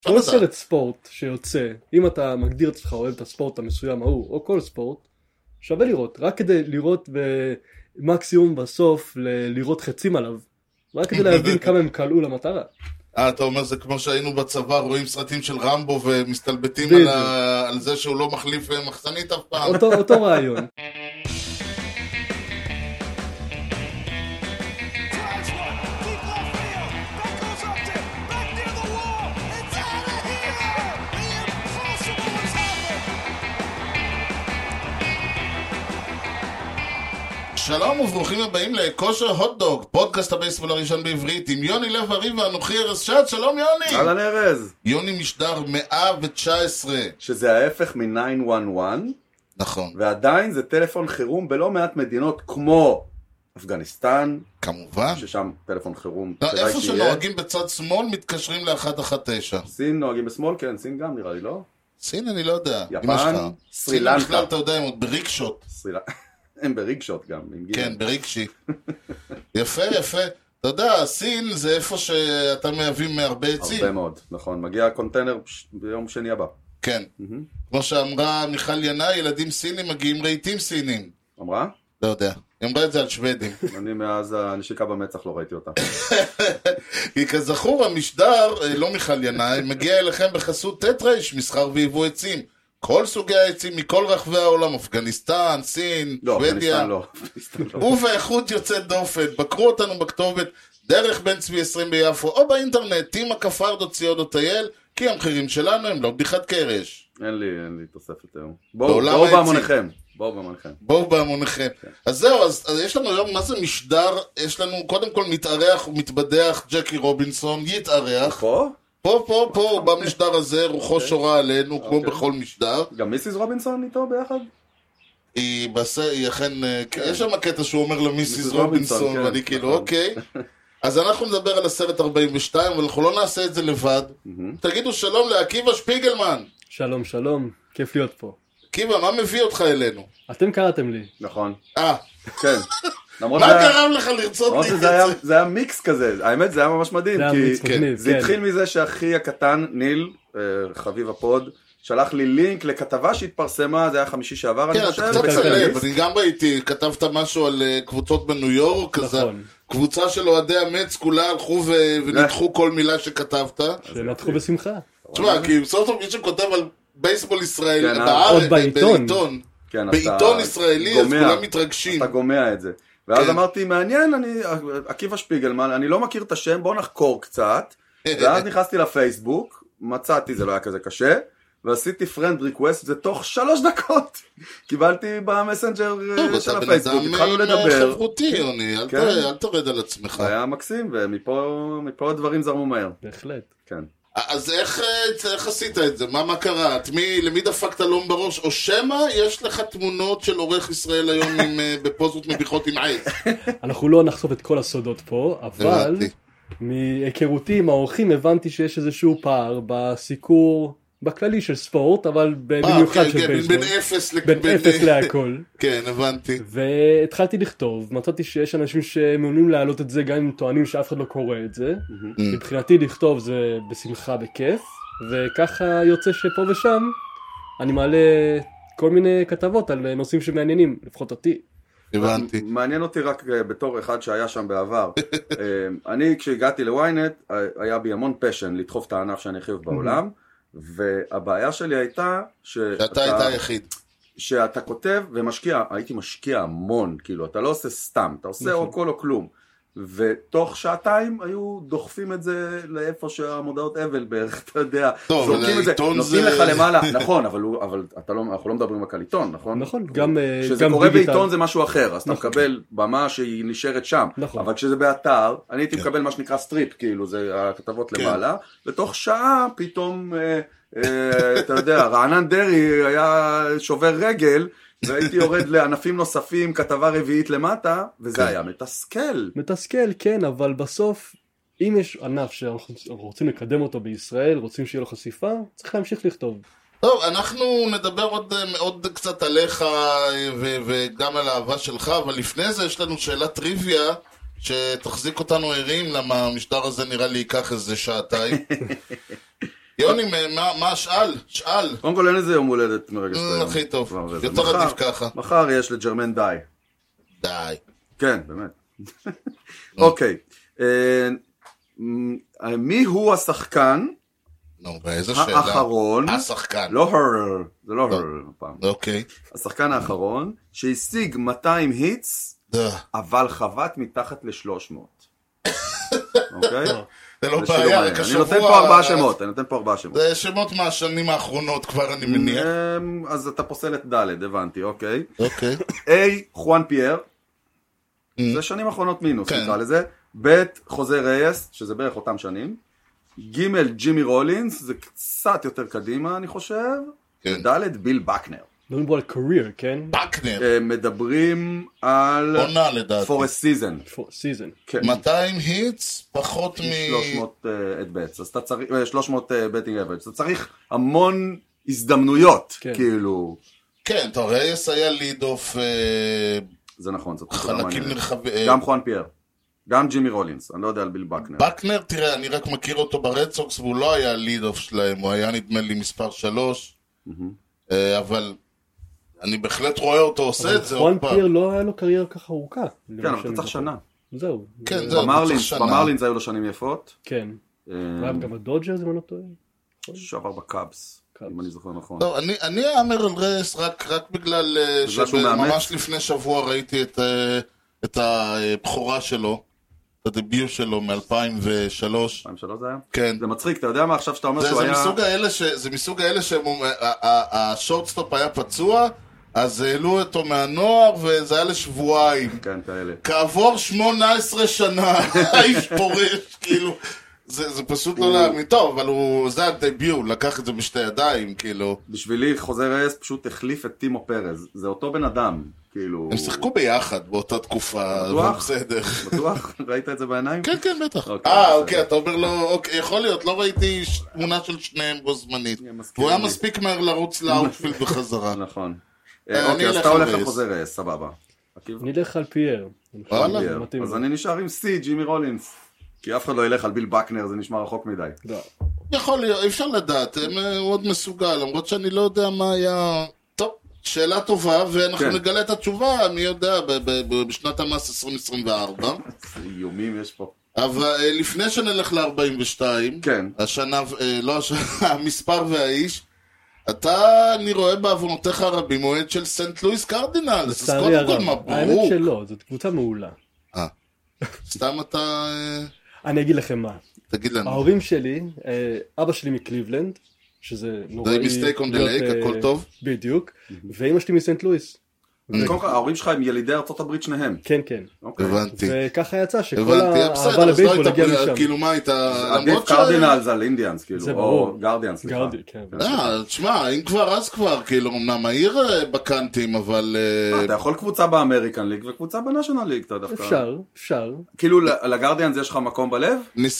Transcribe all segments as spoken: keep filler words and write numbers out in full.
כל סרט ספורט שיוצא, אם אתה מגדיר את עצמך אוהב את הספורט המסוים ההוא, או כל ספורט, שווה לראות, רק כדי לראות במקסימום בסוף, לראות חצים עליו, רק כדי להבין כמה הם קלעו למטרה. אה, אתה אומר, זה כמו שהיינו בצבא, רואים סרטים של רמבו ומסתלבטים על, ה... על זה שהוא לא מחליף מחסנית אף פעם. אותו, אותו רעיון. שלום וברוכים הבאים לכושר הוטדוג, פודקאסט הבייסבול הראשון בעברית עם יוני לב ארי ואנוכי ארז שד. שלום יוני. אהלן ארז. יוני משדר מאה תשע עשרה, שזה ההפך מ-תשע אחת אחת. נכון. ועדיין זה טלפון חירום בלא מעט מדינות כמו אפגניסטן, כמובן, ששם טלפון חירום לא, איפה שנוהגים בצד שמאל מתקשרים ל-אחת אחת תשע. סין נוהגים בשמאל, כן, סין גם נראה לי, לא? סין אני לא יודע. יפן, סרילנקה. סין בכלל אתה יודע, הם עוד בריקשות. סרילנקה. הם ברגשות גם. כן, ברגשי. יפה, יפה. אתה יודע, סין זה איפה שאתה מייבאים מהרבה עצים. הרבה מאוד, נכון. מגיע קונטיינר ביום שני הבא. כן. כמו שאמרה מיכל ינאי, ילדים סינים מגיעים רהיטים סינים. אמרה? לא יודע. היא אמרה את זה על שוודים. אני מאז הנשיקה במצח לא ראיתי אותה. כי כזכור, המשדר, לא מיכל ינאי, מגיע אליכם בחסות טטרייש, מסחר ויבוא עצים. כל סוגי העצים מכל רחבי העולם, אפגניסטן, סין, שוודיה, לא, ובאיכות יוצאת דופן. בקרו אותנו בכתובת דרך בן צבי עשרים ביפו, או באינטרנט, טימה כפר דוט סי או דוט איי אל, כי המחירים שלנו הם לא בדיחת קרש. אין לי, אין לי תוספת היום. בואו בהמוניכם. בואו בהמוניכם. בואו בהמוניכם. אז זהו, אז יש לנו היום, מה זה משדר? יש לנו קודם כל מתארח ומתבדח, ג'קי רובינסון, יתארח. פה? פה, פה, פה, במשדר הזה, רוחו שורה עלינו, כמו בכל משדר. גם מיסיס רובינסון איתו ביחד? היא בסדר, היא אכן, יש שם קטע שהוא אומר למיסיס רובינסון, ואני כאילו, אוקיי. אז אנחנו נדבר על הסרט ארבעים ושתיים, אבל אנחנו לא נעשה את זה לבד. תגידו שלום לעקיבא שפיגלמן. שלום, שלום, כיף להיות פה. עקיבא, מה מביא אותך אלינו? אתם קראתם לי. נכון. אה. כן. מה גרם לך לרצות לי את זה? זה היה מיקס כזה, האמת זה היה ממש מדהים, כי זה התחיל מזה שאחי הקטן, ניל, חביב הפוד, שלח לי לינק לכתבה שהתפרסמה, זה היה חמישי שעבר, כן, אתה קצת צלב, אני גם ראיתי, כתבת משהו על קבוצות בניו יורק, קבוצה של אוהדי המץ, כולה הלכו וניתחו כל מילה שכתבת. שנתחו בשמחה. תשמע, כי בסוף טוב מי שכותב על בייסבול ישראלי, בארץ, בעיתון, בעיתון ישראלי, אז כולם מתרגשים. אתה גומע את זה. ואז אמרתי, מעניין, אני, עקיבא שפיגלמן, אני לא מכיר את השם, בוא נחקור קצת. ואז נכנסתי לפייסבוק, מצאתי, זה לא היה כזה קשה, ועשיתי friend request, זה תוך שלוש דקות. קיבלתי במסנג'ר של הפייסבוק, התחלנו לדבר. אתה בן אדם חברותי, יוני, אל תרד על עצמך. היה מקסים, ומפה הדברים זרמו מהר. בהחלט. כן. אז איך, איך עשית את זה? מה, מה קרה? מי, למי דפקת לום בראש? או שמה יש לך תמונות של עורך ישראל היום עם, בפוזות מביכות עם עייס? אנחנו לא נחשוף את כל הסודות פה, אבל מהיכרותי עם האורחים הבנתי שיש איזשהו פער בסיקור בכללי של ספורט, אבל במיוחד של בייסבול. בין אפס בין אפס להכל. כן, הבנתי. והתחלתי לכתוב, מצאתי שיש אנשים שמעוניינים להעלות את זה, גם אם טוענים שאף אחד לא קורא את זה. מבחינתי לכתוב זה בשמחה, בכיף, וככה יוצא שפה ושם אני מעלה כל מיני כתבות על נושאים שמעניינים, לפחות אותי. הבנתי. מעניין אותי רק בתור אחד שהיה שם בעבר. אני כשהגעתי לוויינט, היה בי המון פשן לדחוף את הענף שאני הכי אוהב בעולם, והבעיה שלי הייתה שאתה היית היחיד, שאתה כותב ומשקיע, הייתי משקיע המון, כאילו אתה לא עושה סתם, אתה עושה או כל או כלום, ותוך שעתיים היו דוחפים את זה לאיפה שהמודעות אבל בערך, אתה יודע, זורקים את זה, נותנים לך למעלה, נכון, אבל אנחנו לא מדברים רק על עיתון, נכון? נכון, גם כשזה קורה בעיתון זה משהו אחר, אז אתה מקבל במה שהיא נשארת שם, אבל כשזה באתר, אני הייתי מקבל מה שנקרא סטריפ, כאילו זה הכתבות למעלה, ותוך שעה פתאום, אתה יודע, רענן דרי היה שובר רגל, והייתי יורד לענפים נוספים, כתבה רביעית למטה, וזה היה מתסכל. מתסכל, כן, אבל בסוף, אם יש ענף שאנחנו רוצים לקדם אותו בישראל, רוצים שיהיה לו חשיפה, צריך להמשיך לכתוב. טוב, אנחנו נדבר עוד, עוד קצת עליך, ו- וגם על האהבה שלך, אבל לפני זה יש לנו שאלת טריוויה, שתחזיק אותנו ערים, למה המשדר הזה נראה לי ייקח איזה שעתיים. יוני, מה שאל? שאל. קודם כל אין איזה יום הולדת מרגע שאתה... הכי טוב, יותר עדיף ככה. מחר יש לג'רמן די. די. כן, באמת. אוקיי. מי הוא השחקן האחרון? השחקן. לא הרר, זה לא הרר הפעם. אוקיי. השחקן האחרון שהשיג מאתיים היטס, אבל חבט מתחת ל-שלוש מאות. אוקיי? זה לא בעיה, רק השבוע... אני נותן פה ארבעה שמות, אני נותן פה ארבעה שמות. זה שמות מהשנים האחרונות כבר, אני מניח. אז אתה פוסל את ד', הבנתי, אוקיי. אוקיי. A, חואן פייר, זה שנים האחרונות מינוס, נקרא לזה. ב', חוזה רייס, שזה בערך אותם שנים. ג', ג'ימי רולינס, זה קצת יותר קדימה, אני חושב. וד', ביל בקנר. מדברים פה על קרייר, כן? בקנר. מדברים על... עונה לדעתי. for a season. for a season. מאתיים היטס, פחות מ... שלוש מאות את בטס. אז אתה צריך... שלוש מאות בטינג אברג'. אתה צריך המון הזדמנויות, כאילו... כן, אתה רואה, יש היה ליד אוף... זה נכון, זה חלקים נרחבים. גם חואן פייר. גם ג'ימי רולינס, אני לא יודע על ביל בקנר. בקנר, תראה, אני רק מכיר אותו ברד סוקס, והוא לא היה ליד אוף שלהם, הוא היה נדמה לי מספר שלוש. אבל... אני בהחלט רואה אותו עושה את זה. חואן פייר לא היה לו קריירה ככה ארוכה. כן, אבל אתה צריך שנה. זהו. כן, זהו, אתה צריך שנה. במרלינס היו לו שנים יפות. כן. היה גם הדודג'רס, אם אני לא טועה. שעבר בקאבס, אם אני זוכר נכון. לא, אני אאמר על רייס רק בגלל שממש לפני שבוע ראיתי את הבחורה שלו, את הדביוט שלו מ-אלפיים ושלוש. אלפיים ושלוש זה היה? כן. זה מצחיק, אתה יודע מה עכשיו שאתה אומר שהוא היה... זה מסוג האלה שהשורטסטופ היה פצוע, אז העלו אותו מהנוער, וזה היה לשבועיים. כן, כאלה. כעבור שמונה עשרה שנה, האיש פורש, כאילו... זה פשוט לא להאמין. טוב, אבל זה הדביוט, לקח את זה בשתי ידיים, כאילו... בשבילי חוזה רייס פשוט החליף את טימו פרז. זה אותו בן אדם. כאילו... הם שיחקו ביחד באותה תקופה, בטוח? בסדר. בטוח? ראית את זה בעיניים? כן, כן, בטח. אה, אוקיי, אתה אומר לו, יכול להיות, לא ראיתי תמונה של שניהם בו זמנית. והוא היה מספיק מהר לרוץ לאוטפילד בחזרה. נכון. אוקיי, אז אתה הולך לחוזה רייס, סבבה. אני אלך על פייר. אז אני נשאר עם סי, ג'ימי רולינס. כי אף אחד לא ילך על ביל בקנר, זה נשמע רחוק מדי. יכול להיות, אפשר לדעת, הוא עוד מסוגל, למרות שאני לא יודע מה היה... טוב, שאלה טובה, ואנחנו נגלה את התשובה, מי יודע, בשנת המס עשרים עשרים וארבע. איומים יש פה. אבל לפני שנלך ל-ארבעים ושתיים, השנה, לא השנה, המספר והאיש, אתה, אני רואה בעוונותיך הרבים, מועד של סנט לואיס קרדינלס. לצערי הרב, האמת שלא, זאת קבוצה מעולה. אה, סתם אתה... אני אגיד לכם מה. תגיד לנו. ההורים שלי, אבא שלי מקליבלנד, שזה נוראי... זה מיסטייק און דלייק, הכל טוב. בדיוק. ואמא שלי מסנט לואיס. ההורים שלך הם ילידי ארצות הברית שניהם. כן, כן. הבנתי. וככה יצא שכל האהבה לבייסבול הגיע משם. כאילו מה הייתה... עדיף קרדינלס על אינדיאנס, כאילו. זה ברור. או גרדיאנס, סליחה. אה, תשמע, אם כבר אז כבר, כאילו, אמנם העיר בקנטים, אבל... אתה יכול קבוצה באמריקן ליג וקבוצה בנשיונל ליג, אתה דווקא... אפשר, אפשר. כאילו, לגרדיאנס יש לך מקום בלב?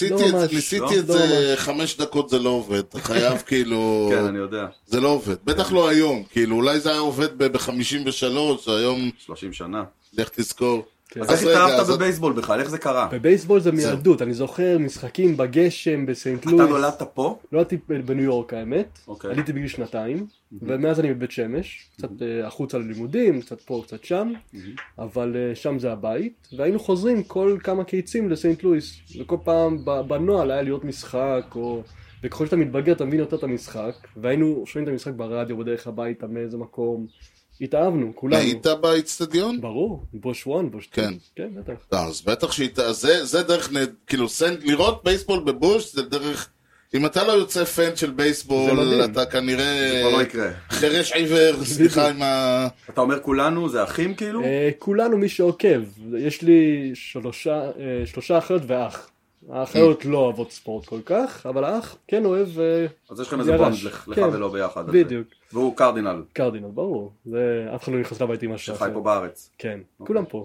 ניסיתי את זה חמש דקות, זה לא עובד. אתה חייב, כאילו... כן, אני יודע. זה לא עובד. בטח לא היום. כאילו, אולי זה היה עובד ב-חמישים ושלוש, היום... שלושים שנה. לך תזכור. אז איך התאהבת בבייסבול בכלל? איך זה קרה? בבייסבול זה מילדות. אני זוכר משחקים בגשם בסנט לואיס. אתה נולדת פה? נולדתי בניו יורק האמת. עליתי בגיל שנתיים. ומאז אני בבית שמש. קצת החוצה ללימודים, קצת פה, קצת שם. אבל שם זה הבית. והיינו חוזרים כל כמה קיצים לסנט לואיס. וכל פעם בנועל היה להיות משחק או... וככל שאתה מתבגר אתה מבין יותר את המשחק. והיינו שומעים את המשחק ברדיו בדרך הביתה מאיזה מקום. התאהבנו, כולנו. היית באצטדיון? ברור, בוש וואן, בוש טו. כן. כן, בטח. אז בטח שהיית, זה, זה דרך, כאילו, לראות בייסבול בבוש, זה דרך, אם אתה לא יוצא פן של בייסבול, אתה כנראה... זה לא יקרה. חרש עיוור, סליחה עם ה... אתה אומר כולנו, זה אחים כאילו? כולנו מי שעוקב. יש לי שלושה, שלושה אחיות ואח. האחיות לא אוהבות ספורט כל כך, אבל האח כן אוהב... אז יש לכם איזה בונד לך ולא ביחד. בדיוק. והוא קרדינל. קרדינל, ברור. אף אחד לא נכנס לבית עם משהו. שחי פה בארץ. כן, כולם פה.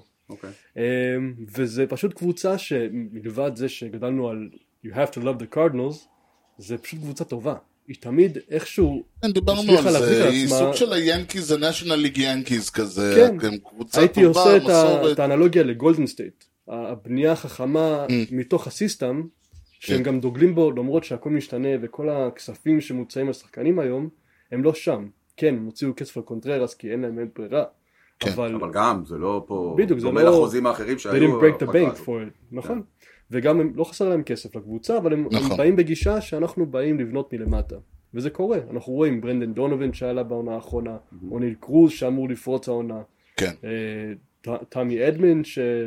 וזה פשוט קבוצה שמלבד זה שגדלנו על You have to love the Cardinals, זה פשוט קבוצה טובה. היא תמיד איכשהו... כן, דיברנו על זה, היא סוג של היאנקיז, ה-National League Yankees כזה. כן, הייתי עושה את האנלוגיה לגולדן סטייט. הבנייה החכמה מתוך הסיסטם, שהם גם דוגלים בו, למרות שהכל משתנה, וכל הכספים שמוצאים לשחקנים היום, הם לא שם. כן, הם הוציאו כסף על קונטררס, כי אין להם אין ברירה. כן, אבל... אבל גם, זה לא פה... בדיוק, זה לא... לא... לחוזים האחרים שהיו... They didn't break the bank for it, נכון? כן. וגם הם לא חסר להם כסף לקבוצה, אבל הם, נכון. הם באים בגישה שאנחנו באים לבנות מלמטה. וזה קורה. אנחנו רואים ברנדן דונובן שעלה בעונה האחרונה, mm-hmm. אוניל קרוז שאמור לפרוץ העונה. כן. תמי אדמן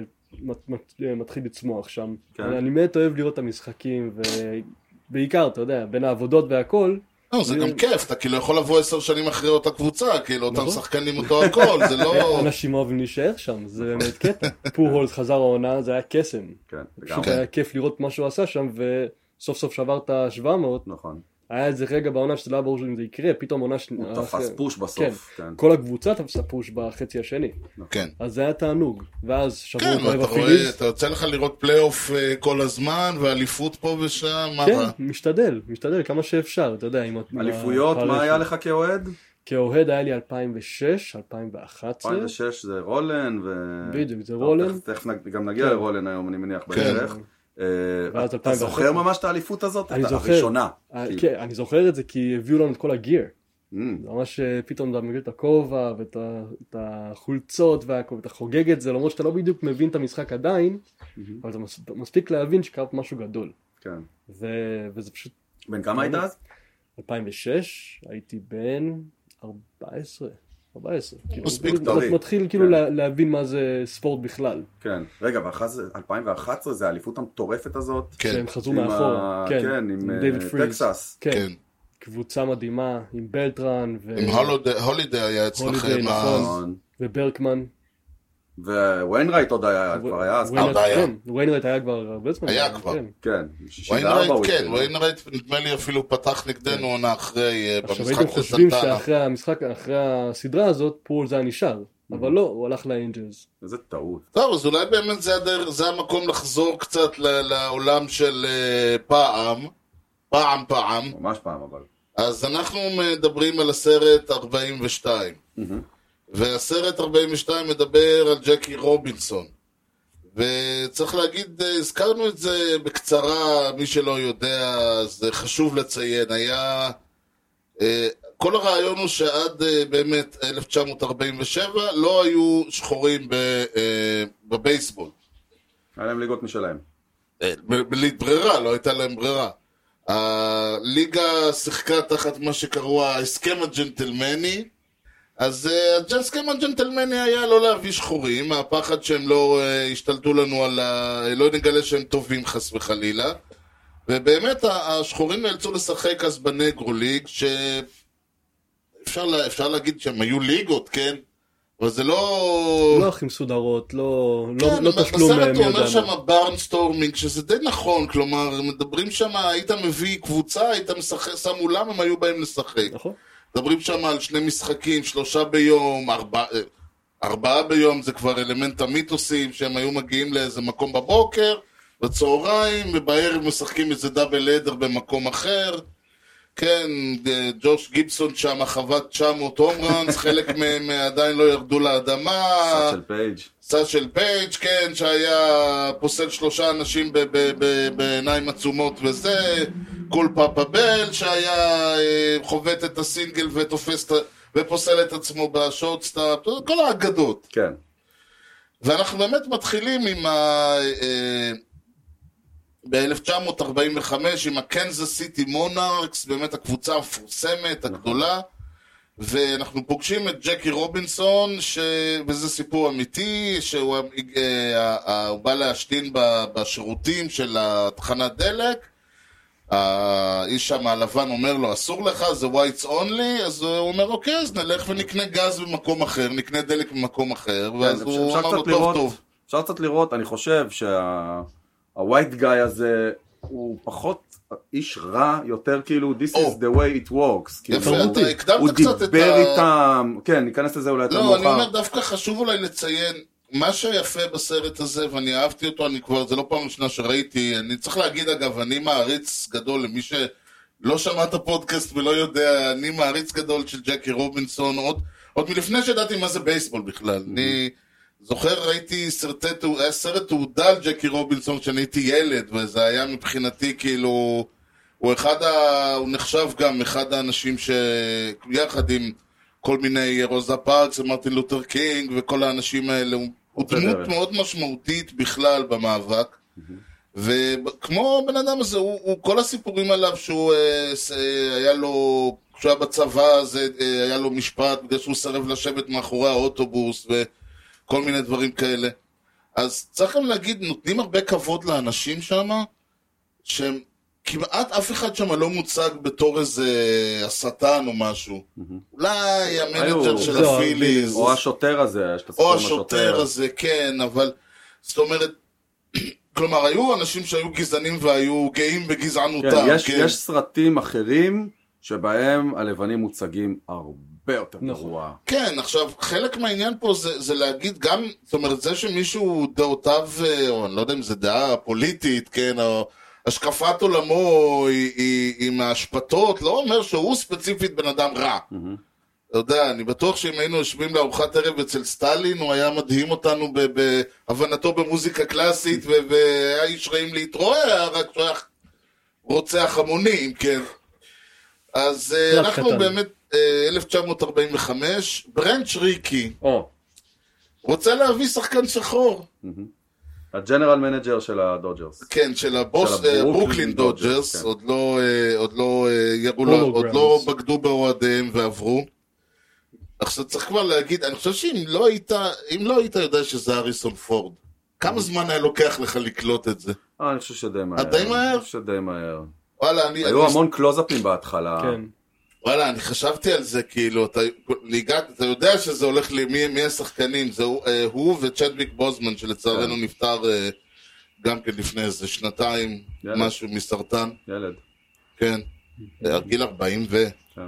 שמתחיל לצמוח שם. כן. אני באמת אוהב לראות את המשחקים, ובעיקר, אתה יודע, בין העבודות והכל, לא, זה גם כיף, אתה כאילו יכול לבוא עשר שנים אחרי אותה קבוצה, כאילו אותם שחקנים אותו הכל, זה לא... אנשים אוהבים להישאר שם, זה באמת קטע. פורהולס חזר העונה, זה היה קסם. פשוט היה כיף לראות מה שהוא עשה שם, וסוף סוף שבר את שבע מאות. נכון. היה איזה רגע בעונה שזה לא היה ברור אם זה יקרה, פתאום עונה... הוא תפס פוש בסוף. כן, כל הקבוצה תפסה פוש בחצי השני. כן. אז זה היה תענוג, ואז שברו כן, ואתה רואה, אתה יוצא לך לראות פלייאוף כל הזמן, ואליפות פה ושם, מה כן, רע? משתדל, משתדל כמה שאפשר, אתה יודע. אליפויות, מה היה לך כאוהד? כאוהד היה לי אלפיים ושש, אלפיים ואחת עשרה. אלפיים ושש זה רולן, ו... בדיוק, זה רולן. תכף גם נגיע לרולן היום, אני מניח בערך. אתה זוכר ממש את האליפות הזאת? אני זוכר. הראשונה. כן, אני זוכר את זה כי הביאו לנו את כל הגיר. ממש פתאום אתה מבין את הכובע ואת החולצות ואתה חוגג את זה, למרות שאתה לא בדיוק מבין את המשחק עדיין, אבל אתה מספיק להבין שקרה משהו גדול. כן. וזה פשוט... בן כמה היית אז? אלפיים ושש, הייתי בן ארבע עשרה. ארבע עשרה. מספיק טרי. מתחיל כאילו להבין מה זה ספורט בכלל. כן. רגע, ואחרי זה, אלפיים ואחת עשרה זה האליפות המטורפת הזאת. כן. שהם חזרו מאחור. כן, עם טקסס. כן. קבוצה מדהימה, עם בלטרן. עם הולידי היה אצלכם. נכון. וברקמן. וויינרייט עוד היה, כבר היה. וויינרייט היה כבר הרבה זמן. היה כבר. כן. וויינרייט כן, וויינרייט נדמה לי אפילו פתח נגדנו עונה אחרי, עכשיו הייתם חושבים שאחרי המשחק, אחרי הסדרה הזאת, פול זה היה נשאר. אבל לא, הוא הלך לאנג'לס. איזה טעות. טוב, אז אולי באמת זה המקום לחזור קצת לעולם של פעם. פעם פעם. ממש פעם אבל. אז אנחנו מדברים על הסרט ארבעים ושתיים. והסרט ארבעים ושתיים מדבר על ג'קי רובינסון. וצריך להגיד, הזכרנו את זה בקצרה, מי שלא יודע, זה חשוב לציין. היה... כל הרעיון הוא שעד באמת אלף תשע מאות ארבעים ושבע לא היו שחורים בבייסבול. היה להם ליגות משלהם. בלי ברירה, לא הייתה להם ברירה. הליגה שיחקה תחת מה שקראו ההסכם הג'נטלמני, אז ההסכם הג'נטלמני היה לא להביא שחורים, הפחד שהם לא השתלטו לנו על ה... לא נגלה שהם טובים חס וחלילה, ובאמת השחורים נאלצו לשחק אז בנגרו ליג, שאפשר אפשר להגיד שהם היו ליגות, כן? אבל זה לא... לא הכי מסודרות, לא, כן, לא, לא תשלום מי יודע. בסרט הוא אומר שם ברנסטורמינג, שזה די נכון, כלומר, מדברים שם, היית מביא קבוצה, היית משחק, שם אולם, הם היו בהם לשחק. נכון. מדברים שם על שני משחקים, שלושה ביום, ארבע, ארבעה ביום, זה כבר אלמנט המיתוסים, שהם היו מגיעים לאיזה מקום בבוקר, בצהריים, ובערב משחקים איזה דאבל אדר במקום אחר. כן, ג'וש גיבסון שם חוות תשע מאות הום ראנס, חלק מהם עדיין לא ירדו לאדמה. סאצ'ל פייג'. סאצ'ל פייג', כן, שהיה פוסל שלושה אנשים בעיניים עצומות וזה. קול פאפה בל, שהיה חובט את הסינגל ותופס ופוסל את עצמו בשורטסטאפ, כל האגדות. כן. ואנחנו באמת מתחילים עם ה... ב-אלף תשע מאות ארבעים וחמש עם הקנזס סיטי מונארקס, באמת הקבוצה המפורסמת, הגדולה, ואנחנו פוגשים את ג'קי רובינסון, ש... וזה סיפור אמיתי, שהוא הוא בא להשתין בשירותים של התחנת דלק, האיש שם הלבן אומר לו, אסור לך, זה whites only, אז הוא אומר, אוקיי, אז נלך ונקנה גז במקום אחר, נקנה דלק במקום אחר, ואז הוא אמר לו, טוב, טוב. אפשר קצת לראות, אני חושב שה... הווייט גאי הזה הוא פחות איש רע, יותר כאילו this is the way it works. יפה, אתה הקדמת קצת את ה... הוא דיבר איתם, כן, ניכנס לזה אולי יותר מאוחר. לא, אני אומר, דווקא חשוב אולי לציין, מה שיפה בסרט הזה, ואני אהבתי אותו, אני כבר, זה לא פעם ראשונה שראיתי, אני צריך להגיד אגב, אני מעריץ גדול למי שלא שמע את הפודקאסט ולא יודע, אני מעריץ גדול של ג'קי רובינסון, עוד, עוד מלפני שידעתי מה זה בייסבול בכלל. אני... זוכר, ראיתי סרטי, היה סרט תעודה על ג'קי רובינסון כשאני הייתי ילד, וזה היה מבחינתי כאילו, הוא אחד ה... הוא נחשב גם אחד האנשים שיחד עם כל מיני רוזה פארקס ומרטין לותר קינג וכל האנשים האלה, הוא, הוא דמות מאוד משמעותית בכלל במאבק, וכמו בן אדם הזה, הוא, הוא כל הסיפורים עליו שהוא היה לו, כשהוא היה בצבא, זה, היה לו משפט בגלל שהוא סרב לשבת מאחורי האוטובוס וכל מיני דברים כאלה. אז צריך גם להגיד, נותנים הרבה כבוד לאנשים שם, שהם כמעט אף אחד שם לא מוצג בתור איזה השטן או משהו. אולי המנג'ר של הפיליז. או השוטר הזה. או השוטר הזה, כן, אבל זאת אומרת, כלומר, היו אנשים שהיו גזענים והיו גאים בגזענותם. יש סרטים אחרים שבהם הלבנים מוצגים הרבה יותר גרוע. כן, עכשיו, חלק מהעניין פה זה להגיד גם, זאת אומרת, זה שמישהו דעותיו, או אני לא יודע אם זה דעה פוליטית, כן, או השקפת עולמו עם ההשפטות, לא אומר שהוא ספציפית בן אדם רע. אתה יודע, אני בטוח שאם היינו יושבים לארוחת ערב אצל סטלין, הוא היה מדהים אותנו בהבנתו במוזיקה קלאסית, והיה איש רעים להתרועע, רק שהוא היה רוצח המונים, כן. אז אנחנו באמת, אלף תשע מאות ארבעים וחמש, ברנץ' ריקי רוצה להביא שחקן שחור. הג'נרל מנג'ר של הדודג'רס. כן, של הבוס, ברוקלין דודג'רס, עוד לא בגדו באוהדיהם ועברו. עכשיו צריך כבר להגיד, אני חושב שאם לא היית, אם לא היית יודע שזה אריסון פורד, כמה זמן היה לוקח לך לקלוט את זה? אה, אני חושב שדי מהר. די מהר? אני חושב שדי מהר. וואלה, אני... היו המון קלוזאפים בהתחלה. כן. וואלה, אני חשבתי על זה, כאילו, אתה, אתה יודע שזה הולך לי, מי, מי השחקנים, זה הוא וצ'דוויק בוזמן, שלצערנו נפטר גם כן לפני איזה שנתיים, משהו מסרטן. ילד. כן, גיל ארבעים ו... כן.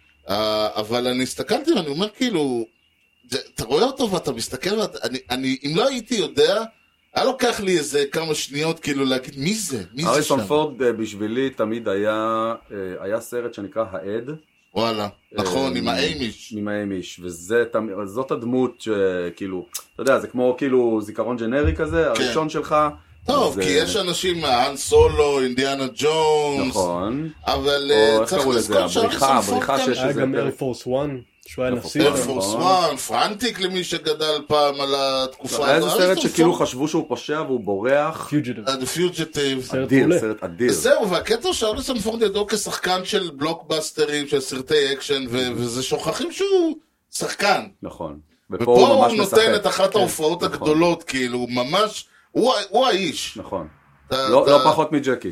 אבל אני הסתכלתי ואני אומר כאילו, אתה רואה אותו ואתה מסתכל, אם לא הייתי יודע, היה לוקח לי איזה כמה שניות כאילו להגיד מי זה, מי זה שם. אריסון פורד בשבילי תמיד היה, היה סרט שנקרא העד. וואלה, נכון, עם האמיש. עם האמיש, וזאת הדמות שכאילו, אתה יודע, זה כמו כאילו זיכרון ג'נרי כזה, הראשון שלך. טוב, כי יש אנשים, האן סולו, אינדיאנה ג'ונס. נכון. אבל צריך לזכור שהבריחה, הבריחה שיש היה גם אר פורס אחת, שהוא היה נשיא. אר פורס אחת, פרנטיק למי שגדל פעם על התקופה. היה איזה סרט שכאילו חשבו שהוא פושע והוא בורח. פיוג'יטיב. פיוג'יטיב. אדיר, סרט אדיר. זהו, והקטע שאריסון פורד ידעו כשחקן של בלוקבאסטרים, של סרטי אקשן, וזה שוכחים שהוא שחקן. נכון. ופה הוא נותן את אחת ההופעות הגדולות, כאילו, ממש... הוא האיש. נכון. לא פחות מג'קי.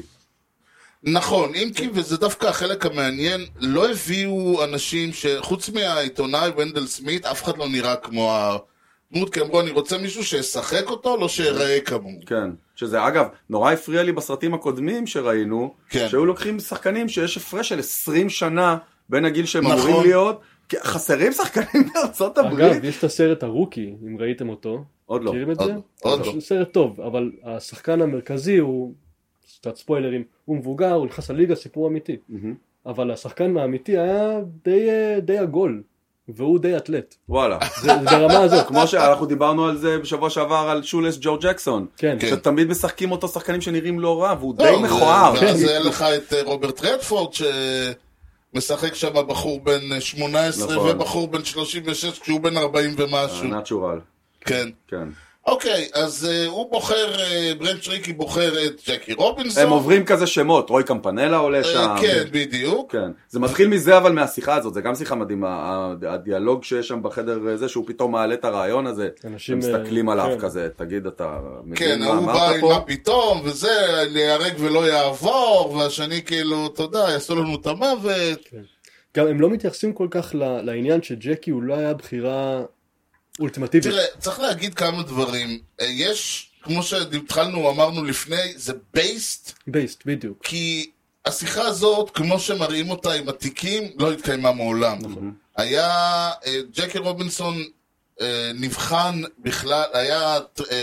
נכון, אם כי, וזה דווקא החלק המעניין, לא הביאו אנשים שחוץ מהעיתונאי ונדל סמית, אף אחד לא נראה כמו הדמות, כי אמרו, אני רוצה מישהו שישחק אותו, לא שיראה כמוהו. כן, שזה אגב, נורא הפריע לי בסרטים הקודמים שראינו, שהיו לוקחים שחקנים שיש הפרש של עשרים שנה בין הגיל שהם אמורים להיות, חסרים שחקנים בארצות הברית. אגב, יש את הסרט הרוקי, אם ראיתם אותו. עוד לא. מכירים את זה? עוד לא. סרט טוב, אבל השחקן המרכזי הוא, קצת ספוילרים, הוא מבוגר, הוא נכנס לליגה, סיפור אמיתי. אבל השחקן האמיתי היה די עגול, והוא די אתלט. וואלה. זה ברמה הזאת. כמו שאנחנו דיברנו על זה בשבוע שעבר על שולס ג'ו ג'קסון. כן. שתמיד משחקים אותו שחקנים שנראים לא רע, והוא די מכוער. ואז היה לך את רוברט רדפורד ש... משחק שם בחור בן שמונה עשרה נכון. ובחור בן שלושים ושש כשהוא בן ארבעים ומשהו. נאצ'ורל. כן. כן. אוקיי, אז uh, הוא בוחר, uh, ברנץ' ריקי בוחר את ג'קי רובינסון. הם עוברים כזה שמות, רוי קמפנלה עולה שם. Uh, כן, בדיוק. כן. זה מתחיל מזה אבל מהשיחה הזאת, זה גם שיחה מדהימה, הדיאלוג שיש שם בחדר זה, שהוא פתאום מעלה את הרעיון הזה, אנשים מסתכלים עליו כן. כזה, תגיד אתה כן, הוא בא עם מה פתאום, וזה, להיהרג ולא יעבור, והשני כאילו, אתה יודע, יעשו לנו את המוות. כן. גם הם לא מתייחסים כל כך לעניין שג'קי הוא לא היה בחירה אולטימטיבית. תראה, צריך להגיד כמה דברים. יש, כמו שהתחלנו, אמרנו לפני, זה בייסט. בייסט, בדיוק. כי השיחה הזאת, כמו שמראים אותה עם התיקים, לא התקיימה מעולם. נכון. היה, ג'קי רובינסון נבחן בכלל, היה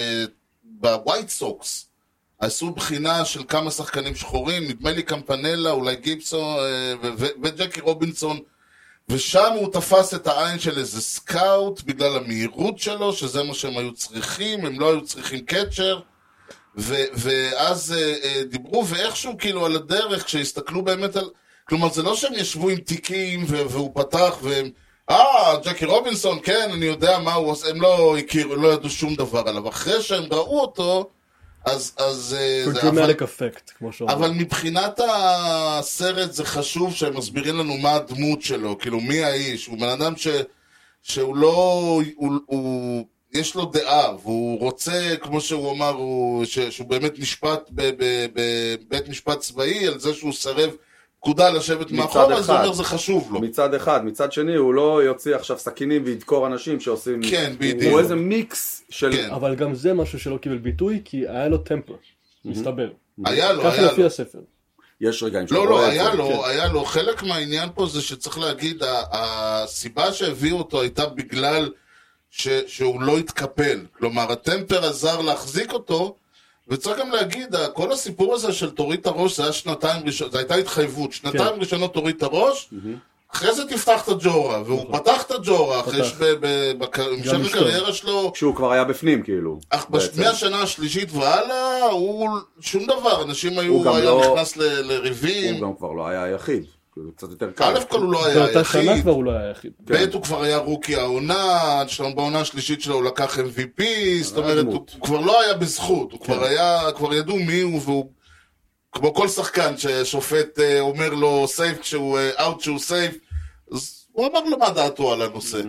בווייט סוקס, עשו בחינה של כמה שחקנים שחורים, נדמה לי קמפנלה, אולי גיבסון, וג'קי רובינסון, ושם הוא תפס את העין של איזה סקאוט בגלל המהירות שלו, שזה מה שהם היו צריכים, הם לא היו צריכים קצ'ר, ו- ואז uh, uh, דיברו, ואיכשהו כאילו על הדרך, כשהסתכלו באמת על... כלומר, זה לא שהם ישבו עם תיקים, ו- והוא פתח, והם... אה, ג'קי רובינסון, כן, אני יודע מה הוא עושה, הם לא הכירו, לא ידעו שום דבר עליו. אחרי שהם ראו אותו, אז... אז הוא דרמטיק אפקט, כמו שאומרים. אבל מבחינת הסרט זה חשוב שהם מסבירים לנו מה הדמות שלו, כאילו מי האיש, הוא בן אדם ש... שהוא לא... הוא... הוא... יש לו דעה, והוא רוצה, כמו שהוא אמר, הוא... ש... שהוא באמת נשפט בבית משפט צבאי, על זה שהוא סרב פקודה לשבת מאחור, אז הוא אומר זה חשוב לו. מצד אחד, מצד שני, הוא לא יוציא עכשיו סכינים וידקור אנשים שעושים... כן, בדיוק. הוא איזה מיקס של... כן. אבל גם זה משהו שלא קיבל ביטוי, כי היה לו טמפר, מסתבר. היה לו, ככה היה לפי לו. הספר. יש רגעים שאתה לא, רואה לא, את היה זה. לו, היה לו. חלק מהעניין פה זה שצריך להגיד, הסיבה שהביאו אותו הייתה בגלל ש, שהוא לא התקפל. כלומר, הטמפר עזר להחזיק אותו, וצריך גם להגיד, כל הסיפור הזה של תוריד את הראש, זה היה שנתיים ראשונות, זו הייתה התחייבות, שנתיים ראשונות תוריד את הראש, אחרי זה תפתח את הג'ורה, והוא פתח את הג'ורה, אחרי שבהמשך הקריירה שלו... כשהוא כבר היה בפנים, כאילו. אך מהשנה השלישית והלאה, הוא שום דבר, אנשים היו, היה נכנס לריבים. הוא גם כבר לא היה היחיד, כאילו קצת יותר קל. א' כל הוא לא היה באותה היחיד. שנה כבר הוא לא היה היחיד. ב' הוא כבר היה רוקי העונה, בעונה השלישית שלו הוא לקח אם וי פי, זאת אומרת, הוא כבר לא היה בזכות, הוא כבר היה, כבר ידעו מי הוא, והוא... כמו כל שחקן ששופט אומר לו סייף כשהוא אאוט כשהוא סייף, אז הוא אמר לו מה דעתו על הנושא.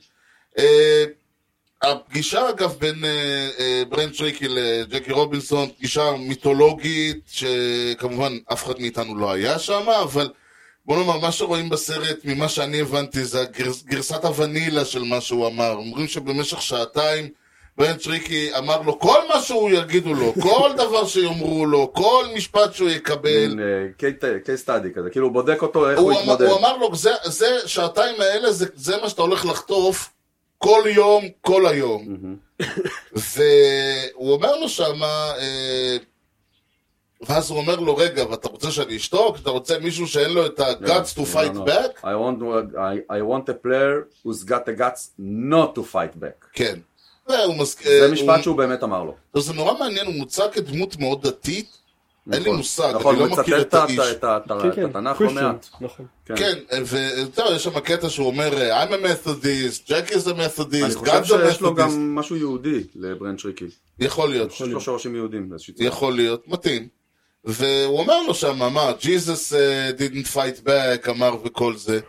הפגישה אגב בין ברנט טריקי לג'קי רובינסון, פגישה מיתולוגית שכמובן אף אחד מאיתנו לא היה שם, אבל בוא נאמר מה שרואים בסרט ממה שאני הבנתי זה גרסת הוונילה של מה שהוא אמר. אומרים שבמשך שעתיים ברנט טריקי אמר לו כל מה שהוא יגידו לו, כל דבר שיאמרו לו, כל משפט שהוא יקבל. קייס סטאדי כזה, כאילו הוא בודק אותו איך הוא יתמודד. הוא אמר לו, זה שעתיים האלה, זה מה שאתה הולך לחטוף כל יום, כל היום. והוא אומר לו שמה, ואז הוא אומר לו, רגע, ואתה רוצה שאני אשתוק? אתה רוצה מישהו שאין לו את ה-guts to fight back? I want a player who's got the guts not to fight back. כן. זה משפט שהוא באמת אמר לו. זה נורא מעניין, הוא מוצא כדמות מאוד דתית, אין לי מושג, נכון, אני לא מכיר את האיש. את התנ"ך לא מעט. כן, ויש שם הקטע שהוא אומר, I'm a Methodist, Jack is a Methodist, אני חושב שיש לו גם משהו יהודי לברנט טריקי. יכול להיות. יש לו שורשים יהודים. יכול להיות, מתאים. והוא אומר לו שם, מה, Jesus didn't fight back, אמר וכל זה.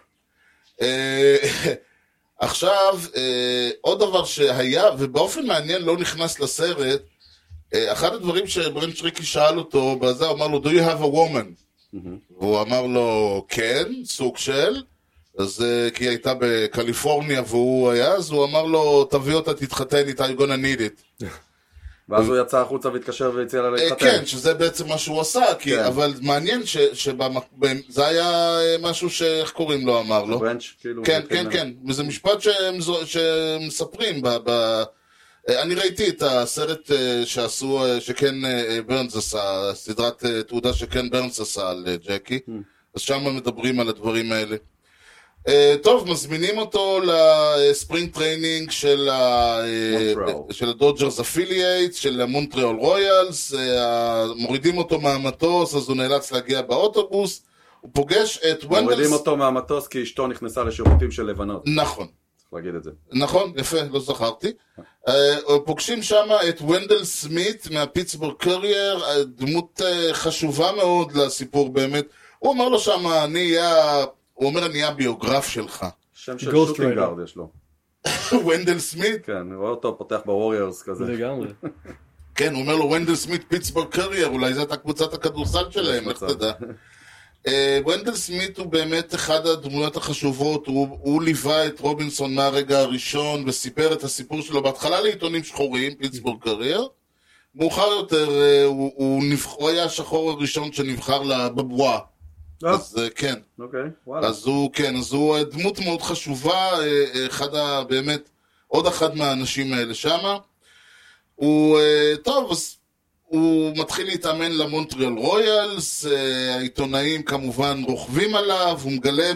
עכשיו, עוד דבר שהיה, ובאופן מעניין לא נכנס לסרט, אחד הדברים שברנט טריקי שאל אותו, בזה הוא אמר לו, do you have a woman? והוא אמר לו, כן, סוג של, אז כי היא הייתה בקליפורניה והוא היה, אז הוא אמר לו, תביא אותה, תתחתן איתה, you're gonna need it. ואז הוא יצא החוצה והתקשר והציע לה להתחתן. כן, שזה בעצם מה שהוא עשה, אבל מעניין שזה היה משהו שאיך קוראים לו אמר לו. ברנץ', כאילו. כן, כן, כן, וזה משפט שמספרים ב... אני ראיתי את הסרט שעשו, שקן ברנס עשה, סדרת תעודה שקן ברנס עשה על ג'קי, אז שם מדברים על הדברים האלה. טוב, מזמינים אותו לספרינג טריינינג של הדודג'רס אפילייטס, של המונטריאול רויאלס, מורידים אותו מהמטוס, אז הוא נאלץ להגיע באוטובוס, הוא פוגש את ונדלס... מורידים אותו מהמטוס כי אשתו נכנסה לשירותים של לבנות. נכון. להגיד את זה. נכון, יפה, לא זכרתי. פוגשים שם את ונדל סמית מהפיטסבורג קורייר, דמות חשובה מאוד לסיפור באמת. הוא אומר לו שם, אני אהיה, הוא אומר, אני אהיה הביוגרף שלך. שם של שוטינגארד יש לו. ונדל סמית? כן, אני רואה אותו פותח בווריורס כזה. לגמרי. כן, הוא אומר לו, ונדל סמית, פיטסבורג קורייר, אולי זאת הקבוצת הכדורסל שלהם, איך תדע. ונדל סמית הוא באמת אחד הדמויות החשובות, הוא, הוא ליווה את רובינסון מהרגע הראשון וסיפר את הסיפור שלו בהתחלה לעיתונים שחורים, פיטסבורג קורייר. מאוחר יותר הוא, הוא, נבח, הוא היה השחור הראשון שנבחר לבבואה. אז כן. אוקיי, וואלה. אז הוא, כן, אז הוא דמות מאוד חשובה, אחד ה, באמת, עוד אחד מהאנשים האלה שמה. הוא, טוב, אז הוא מתחיל להתאמן למונטריאל רויאלס, העיתונאים כמובן רוכבים עליו, הוא מגלה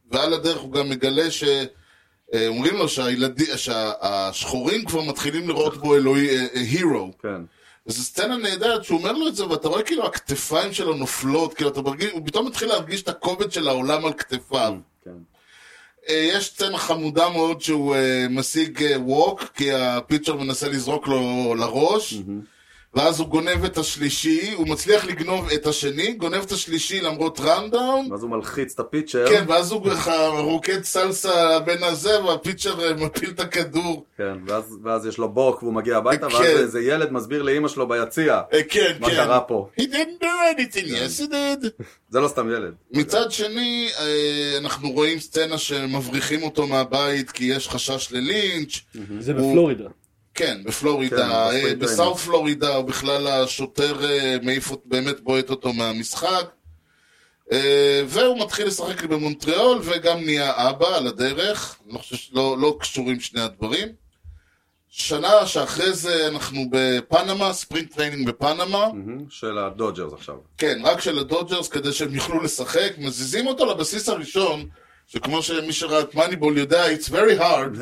ועל הדרך הוא גם מגלה ש... אומרים לו שהילדים, שהשחורים כבר מתחילים לראות בו אלוהי, הירו. כן. וזו סצנה נהדרת שהוא אומר לו את זה, ואתה רואה כאילו הכתפיים שלו נופלות, כאילו אתה מרגיש, הוא פתאום מתחיל להרגיש את הכובד של העולם על כתפיו. כן. יש סצנה חמודה מאוד שהוא משיג ווק, כי הפיצ'ר מנסה לזרוק לו לראש, ואז הוא גונב את השלישי, הוא מצליח לגנוב את השני, גונב את השלישי למרות רנדאון. ואז הוא מלחיץ את הפיצ'ר. כן, ואז הוא רוקד סלסה בין הזה, והפיצ'ר מפיל את הכדור. כן, ואז, ואז יש לו בוק והוא מגיע הביתה, כן. ואז איזה ילד מסביר לאמא שלו ביציע. כן, מה כן. קרה פה. He didn't do anything, yes he did. זה לא סתם ילד. מצד שני, אנחנו רואים סצנה שמבריחים אותו מהבית, כי יש חשש ללינץ'. זה בפלורידה. כן, בפלורידה, כן, בסאוט פלורידה, הוא בכלל השוטר מעיף באמת בועט אותו מהמשחק, והוא מתחיל לשחק במונטריאול, וגם נהיה אבא על הדרך, אני חושב שלא לא קשורים שני הדברים. שנה שאחרי זה אנחנו בפנמה, ספרינט טריינינג בפנמה. של הדודג'רס עכשיו. כן, רק של הדודג'רס, כדי שהם יוכלו לשחק, מזיזים אותו לבסיס הראשון, שכמו שמי שראה את מניבול יודע, it's very hard.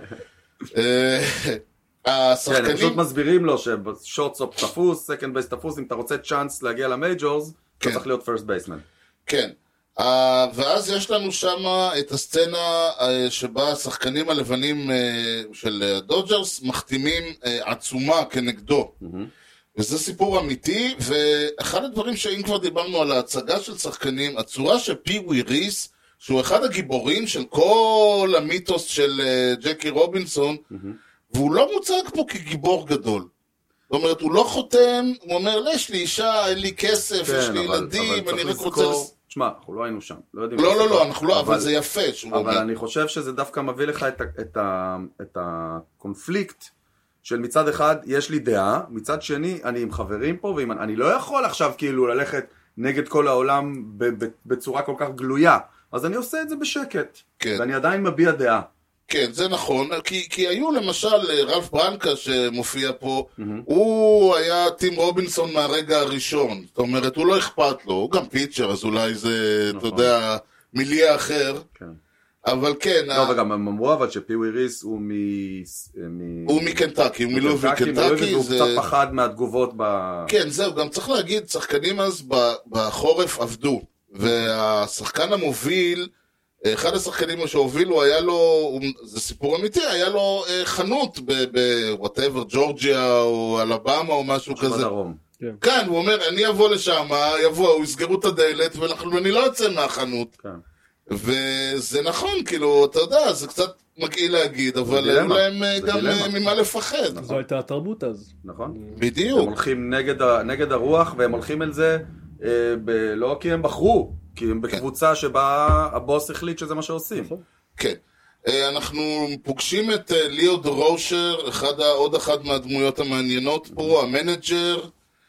השחקנים... כן, הם פשוט מסבירים לו שבשורטסופ תפוס, סקנד בייס תפוס, אם אתה רוצה צ'אנס להגיע למייג'ורס, אתה צריך להיות פרסט בייסמן. כן, ואז יש לנו שם את הסצנה שבה השחקנים הלבנים של דודג'רס מחתימים עצומה כנגדו. וזה סיפור אמיתי, ואחד הדברים שאם כבר דיברנו על ההצגה של שחקנים, הצורה של פי-ווי ריס, שהוא אחד הגיבורים של כל המיתוס של ג'קי רובינסון, והוא לא מוצג פה כגיבור גדול. זאת אומרת, הוא לא חותם, הוא אומר, יש לי אישה, אין לי כסף, יש לי ילדים, אני רק רוצה... תשמע, אנחנו לא היינו שם. לא, לא, לא, אנחנו לא, אבל זה יפה. אבל אני חושב שזה דווקא מביא לך את הקונפליקט של מצד אחד, יש לי דעה, מצד שני, אני עם חברים פה, ואני לא יכול עכשיו כאילו ללכת נגד כל העולם בצורה כל כך גלויה. אז אני עושה את זה בשקט. ואני עדיין מביע דעה. כן, זה נכון, כי, כי היו למשל רלף ברנקה שמופיע פה, mm-hmm. הוא היה טים רובינסון מהרגע הראשון, זאת אומרת, הוא לא אכפת לו, הוא גם פיצ'ר, אז אולי זה, נכון. אתה יודע, מיליה אחר, כן. אבל כן... לא, ה... וגם הם אמרו אבל שפיווי ריס הוא מ... מ... הוא מקנטקי, הוא מלובי קנטקי, והוא קצת פחד מהתגובות ב... כן, זהו, גם צריך להגיד, שחקנים אז בחורף עבדו, והשחקן המוביל... אחד השחקנים שהובילו, היה לו, זה סיפור אמיתי, היה לו חנות בוואטאבר, ג'ורג'יה או אלבמה או משהו כזה. בדרום. כן, הוא אומר, אני אבוא לשם, יבואו, יסגרו את הדלת, ואני לא אצא מהחנות. וזה נכון, כאילו, אתה יודע, זה קצת מגעיל להגיד, אבל היו להם גם ממה לפחד. זו הייתה התרבות אז. נכון. בדיוק. הם הולכים נגד הרוח, והם הולכים אל זה, לא כי הם בחרו. כי הם בקבוצה שבה הבוס החליט שזה מה שעושים. כן. אנחנו פוגשים את ליאו דרושר, עוד אחד מהדמויות המעניינות פה, המנג'ר,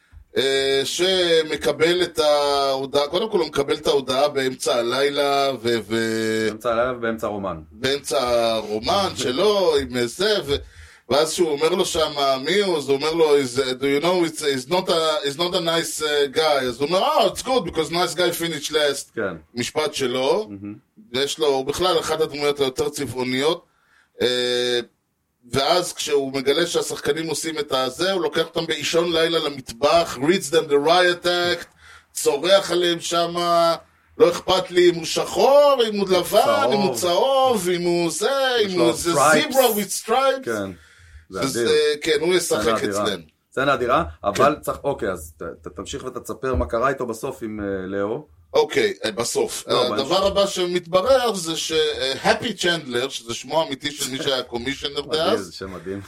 שמקבל את ההודעה, קודם כל הוא מקבל את ההודעה באמצע הלילה, באמצע הלילה ובאמצע הרומן. באמצע הרומן שלו, עם זה, ו... ואז שהוא אומר לו שם, מי הוא? אז הוא אומר לו, do you know, it's, it's, not a, it's not a nice uh, guy. אז הוא אומר, oh, it's good, because nice guy finished last. כן. משפט שלו. Mm-hmm. יש לו, הוא בכלל אחד הדמויות היותר צבעוניות. Uh, ואז כשהוא מגלה שהשחקנים עושים את הזה, הוא לוקח אותם באישון לילה למטבח, reads them the riot act, צורח עליהם שם, לא אכפת לי אם הוא שחור, אם הוא לבן, אם הוא צהוב, אם הוא זה, אם הוא זה zebra with stripes. כן. כן, הוא ישחק אצלנו. זה נדירה, אבל צריך, אוקיי, אז תמשיך ותצפר מה קרה איתו בסוף עם לאו. אוקיי, בסוף. הדבר הבא שמתברר זה שהפי צ'נדלר, שזה שמו האמיתי של מי שהיה קומישיונר דאז, זה שם מדהים.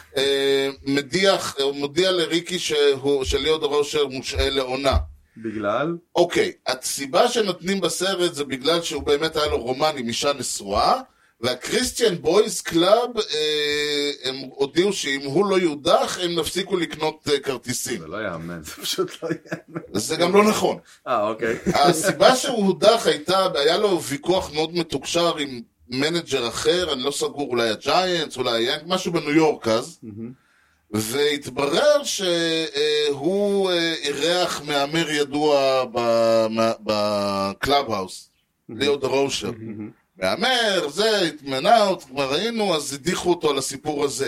מודיע לריקי שליאו דרושר מושעה לעונה. בגלל? אוקיי, הסיבה שנותנים בסרט זה בגלל שהוא באמת היה לו רומן עם אישה נשואה, והקריסטיאן בויז קלאב, הם הודיעו שאם הוא לא יודח, הם נפסיקו לקנות כרטיסים. זה לא יאמן, זה פשוט לא יאמן. זה גם לא נכון. אה, אוקיי. הסיבה שהוא הודח הייתה, היה לו ויכוח מאוד מתוקשר עם מנג'ר אחר, אני לא סגור, אולי הג'יינטס, אולי משהו בניו יורק אז, והתברר שהוא אירח מאמר ידוע בקלאב האוס, ליאו דרושר. מאמר, זה, התמנה, כבר ראינו, אז הדיחו אותו על הסיפור הזה.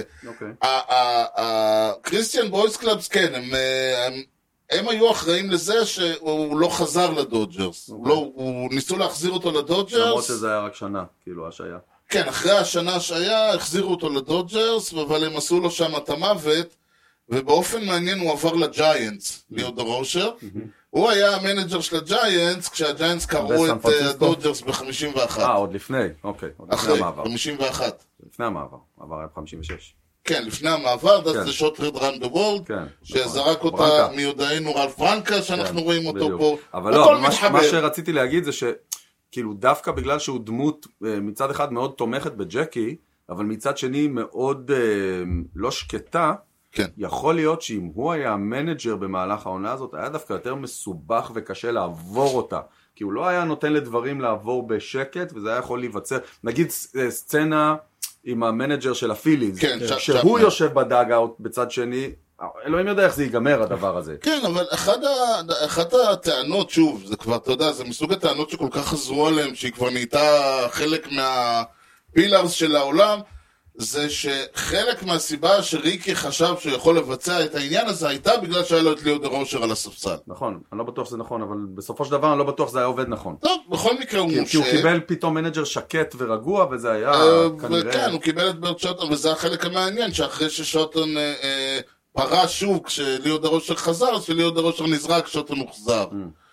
קריסטיאן בויס קלאבס, כן, הם היו אחראים לזה שהוא לא חזר לדודג'רס. הוא ניסו להחזיר אותו לדודג'רס. למרות שזה היה רק שנה, כאילו, השהיה. כן, אחרי השנה שהיה, החזירו אותו לדודג'רס, אבל הם עשו לו שם את המוות, ובאופן מעניין הוא עבר לג'יינטס, ליאו דרושר. הוא היה המנג'ר של הג'יינטס, כשהג'יינטס קראו את הדודג'רס ב-חמישים ואחת. אה, עוד לפני, אוקיי. אחרי, חמישים ואחת. לפני המעבר, עבר היה ב-חמישים ושש. כן, לפני המעבר, זה שוטרד רן דה וולד, שזרק אותה מיודענו רלף ברנקה, שאנחנו רואים אותו פה. אבל לא, מה שרציתי להגיד זה שכאילו דווקא בגלל שהוא דמות מצד אחד מאוד תומכת בג'קי, אבל מצד שני מאוד לא שקטה, כן. יכול להיות שאם הוא היה המנג'ר במהלך העונה הזאת, היה דווקא יותר מסובך וקשה לעבור אותה. כי הוא לא היה נותן לדברים לעבור בשקט, וזה היה יכול להיווצר. נגיד סצנה עם המנג'ר של הפיליז, כן, שהוא יושב בדאג-אאוט בצד שני, אלוהים יודע איך זה ייגמר הדבר הזה. כן, אבל אחד אחת הטענות, שוב, זה כבר, אתה יודע, זה מסוג הטענות שכל כך חזרו עליהם, שהיא כבר נהייתה חלק מהפילרס של העולם, זה שחלק מהסיבה שריקי חשב שהוא יכול לבצע את העניין הזה הייתה בגלל שהיה לו את ליאו דרושר על הספסל. נכון, אני לא בטוח שזה נכון, אבל בסופו של דבר אני לא בטוח שזה היה עובד נכון. טוב, בכל מקרה הוא מושך. כי הוא קיבל פתאום מנג'ר שקט ורגוע, וזה היה כנראה... כן, הוא קיבל את ברט שוטון, וזה החלק המעניין, שאחרי ששוטון פרש שוב, כשליאו דרושר חזר, כשליאו דרושר נזרק, שוטון הוחזר.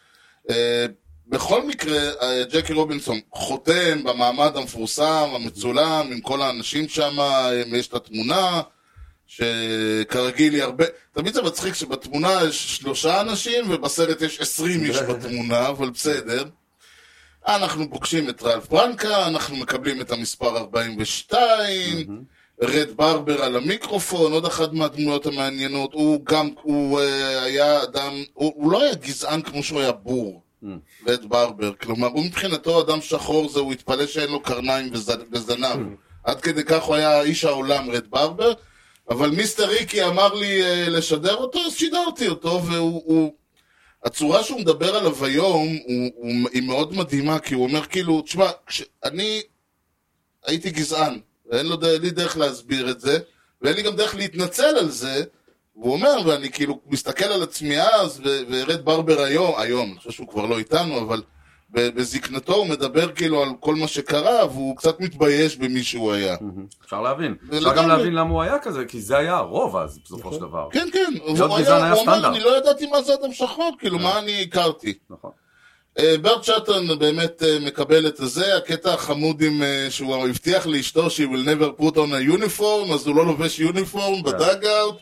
בכל מקרה, ג'קי רובינסון חותם במעמד המפורסם, המצולם, עם כל האנשים שם, יש את התמונה, שכרגיל היא הרבה... תמיד זה מצחיק שבתמונה יש שלושה אנשים, ובסרט יש עשרים איש בתמונה, אבל בסדר. אנחנו פוגשים את רלף ברנקה, אנחנו מקבלים את המספר ארבעים ושתיים, רד ברבר על המיקרופון, עוד אחת מהדמויות המעניינות, הוא גם, הוא היה אדם, הוא לא היה גזען כמו שהוא היה בור. רד ברבר, כלומר הוא מבחינתו אדם שחור, זה הוא התפלא שאין לו קרניים וזנב, עד כדי כך הוא היה איש העולם רד ברבר, אבל מיסטר ריקי אמר לי לשדר אותו, אז שידרתי אותו, והוא, הצורה שהוא מדבר עליו היום היא מאוד מדהימה, כי הוא אומר כאילו, תשמע, אני הייתי גזען, ואין לי דרך להסביר את זה, ואין לי גם דרך להתנצל על זה, והוא אומר, ואני כאילו מסתכל על עצמי אז, ורד ברבר היום, היום, אני חושב שהוא כבר לא איתנו, אבל בזקנתו הוא מדבר כאילו על כל מה שקרה, והוא קצת מתבייש במי שהוא היה. אפשר להבין. אפשר גם להבין למה הוא היה כזה, כי זה היה הרוב אז, בסופו של דבר. כן, כן. הוא אומר, אני לא ידעתי מה זה אדם שחור, כאילו, מה אני הכרתי. נכון. ברט שוטון באמת מקבל את זה, הקטע החמוד עם שהוא הבטיח לאשתו שהיא will never put on a uniform, אז הוא לא לובש יוניפורם בדאג-אאוט.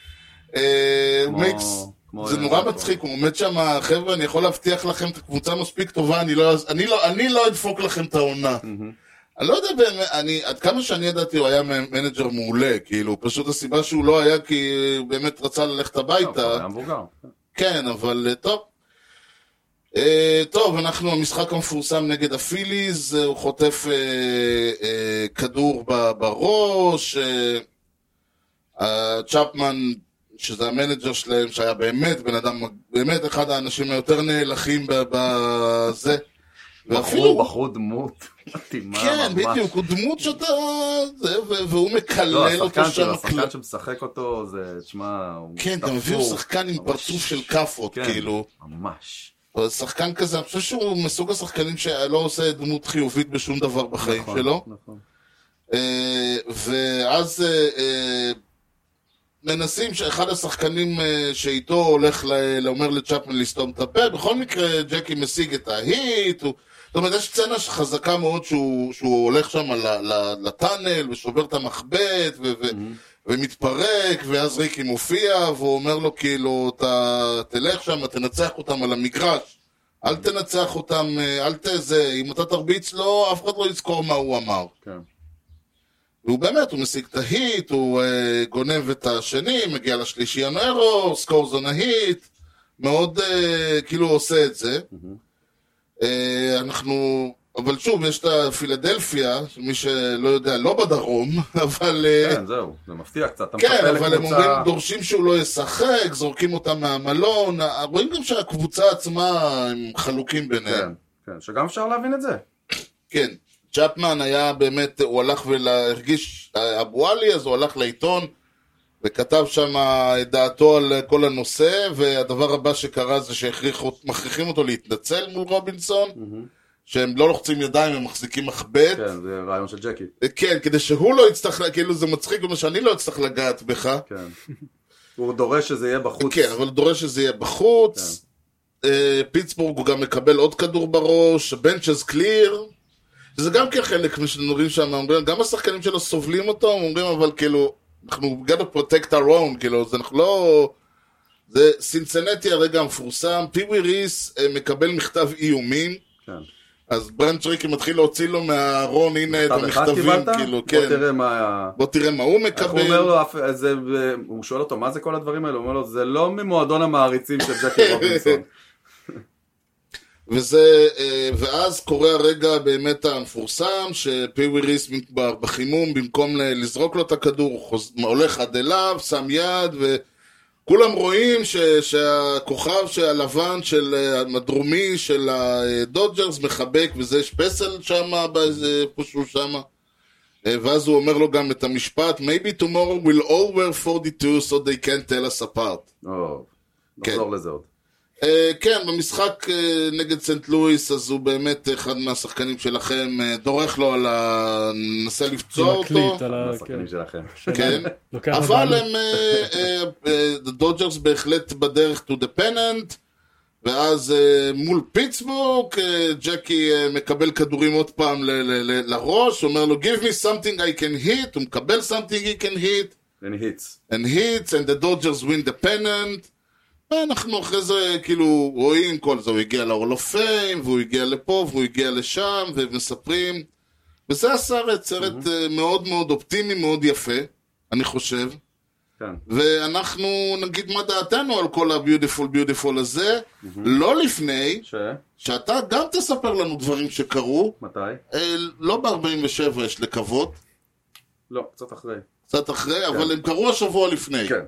זה נורא מצחיק, הוא עומד שם, חבר'ה, אני יכול להבטיח לכם את הקבוצה מספיק טובה, אני לא אדפוק לכם את העונה. אני לא יודע, עד כמה שאני ידעתי הוא היה מנג'ר מעולה, כאילו, פשוט הסיבה שהוא לא היה כי הוא באמת רצה ללכת הביתה. כן, אבל טוב. טוב, אנחנו, המשחק המפורסם נגד הפיליז, הוא חוטף כדור בראש, צ'פמן, שזה המנג'ר שלהם, שהיה באמת בן אדם, באמת אחד האנשים היותר נהלכים בזה. בחרו, בחרו דמות. כן, בדיוק, הוא דמות שאתה... והוא מקלל אותו שם. השחקן שמשחק אותו, זה, תשמע... כן, גם הביאו שחקן עם פרצוף של כפות, כאילו. ממש. שחקן כזה, אני חושב שהוא מסוג השחקנים שלא עושה דמות חיובית בשום דבר בחיים שלו. נכון, נכון. ואז... מנסים שאחד השחקנים שאיתו הולך לאומר לצ'פמן לסתום את הפה, בכל מקרה ג'קי משיג את ההיט, זאת אומרת יש סצנה חזקה מאוד שהוא, שהוא הולך שם לטאנל ושובר את המחבט ו- ו- ומתפרק, ואז ריקי מופיע והוא אומר לו כאילו אתה תלך שם, תנצח אותם על המגרש, אל תנצח אותם, אל תזה, אם אתה תרביץ לו אף אחד לא יזכור מה הוא אמר. כן. והוא באמת, הוא משיג את ההיט, הוא uh, גונב את השני, מגיע לשלישי הנרו, סקורס און ההיט, מאוד uh, כאילו עושה את זה. Mm-hmm. Uh, אנחנו, אבל שוב, יש את הפילדלפיה, מי שלא יודע, לא בדרום, אבל... כן, זהו, זה מפתיע קצת. כן, אבל הם אומרים, דורשים שהוא לא ישחק, זורקים אותם מהמלון, רואים גם שהקבוצה עצמה הם חלוקים ביניהם. כן, כן, שגם אפשר להבין את זה. כן. צ'פמן היה באמת, הוא הלך ולהרגיש אבו עלי, אז הוא הלך לעיתון, וכתב שם את דעתו על כל הנושא, והדבר הבא שקרה זה שמכריחים אותו להתנצל מול רובינסון, שהם לא לוחצים ידיים, הם מחזיקים מכבד. כן, זה רעיון של ג'קי. כן, כדי שהוא לא יצטרך, כאילו זה מצחיק, כמו שאני לא אצטרך לגעת בך. כן. הוא דורש שזה יהיה בחוץ. כן, אבל הוא דורש שזה יהיה בחוץ. פיטסבורג הוא גם מקבל עוד כדור בראש, בנצ'ז קליר. זה גם כחלק משנורים שם, גם השחקנים שלו סובלים אותו, הם אומרים אבל כאילו, אנחנו gotta protect our own, כאילו, זה אנחנו לא... זה סינסנטי הרגע המפורסם, פיווי ריס מקבל מכתב איומים, כן. אז ברנץ' ריקי מתחיל להוציא לו מהארון, הנה את המכתבים, כאילו, כן. בוא תראה מה... בוא תראה מה הוא מקבל. הוא אומר לו, זה, הוא שואל אותו, מה זה כל הדברים האלה? הוא אומר לו, זה לא ממועדון המעריצים של ג'קי רובינסון. וזה, ואז קורה הרגע באמת המפורסם, שפיווי ריס בחימום, במקום לזרוק לו את הכדור, הולך עד אליו, שם יד, וכולם רואים ש, שהכוכב הלבן של הדרומי של הדודג'רס מחבק, וזה יש פסל שם, פושו שם, ואז הוא אומר לו גם את המשפט, maybe tomorrow we'll all wear forty-two so they can't tell us apart. או, נחזור לזה עוד. Uh, כן, במשחק uh, נגד סנט לואיס, אז הוא באמת אחד מהשחקנים שלכם, uh, דורך לו על ה... נסה לפצוע אותו. השחקנים שלכם. כן, אבל הם, דודג'רס בהחלט בדרך to the pennant, ואז uh, מול פיטסבורג, uh, ג'קי uh, מקבל כדורים עוד פעם ל- ל- ל- לראש, אומר לו, give me something I can hit, הוא מקבל something he can hit. And hits. And hits, and the Dodgers win the pennant. אנחנו אחרי זה כאילו רואים כל זה, הוא הגיע ל-Hall of Fame, והוא הגיע לפה, והוא הגיע לשם, ומספרים. וזה הסרט, סרט mm-hmm. מאוד מאוד אופטימי, מאוד יפה, אני חושב. כן. ואנחנו נגיד מה דעתנו על כל ה-Beautiful Beautiful הזה, mm-hmm. לא לפני, ש... שאתה גם תספר לנו דברים שקרו. מתי? אה, לא ב-ארבעים ושבע יש לקוות. לא, קצת אחרי. קצת אחרי, כן. אבל הם קרו השבוע לפני. כן.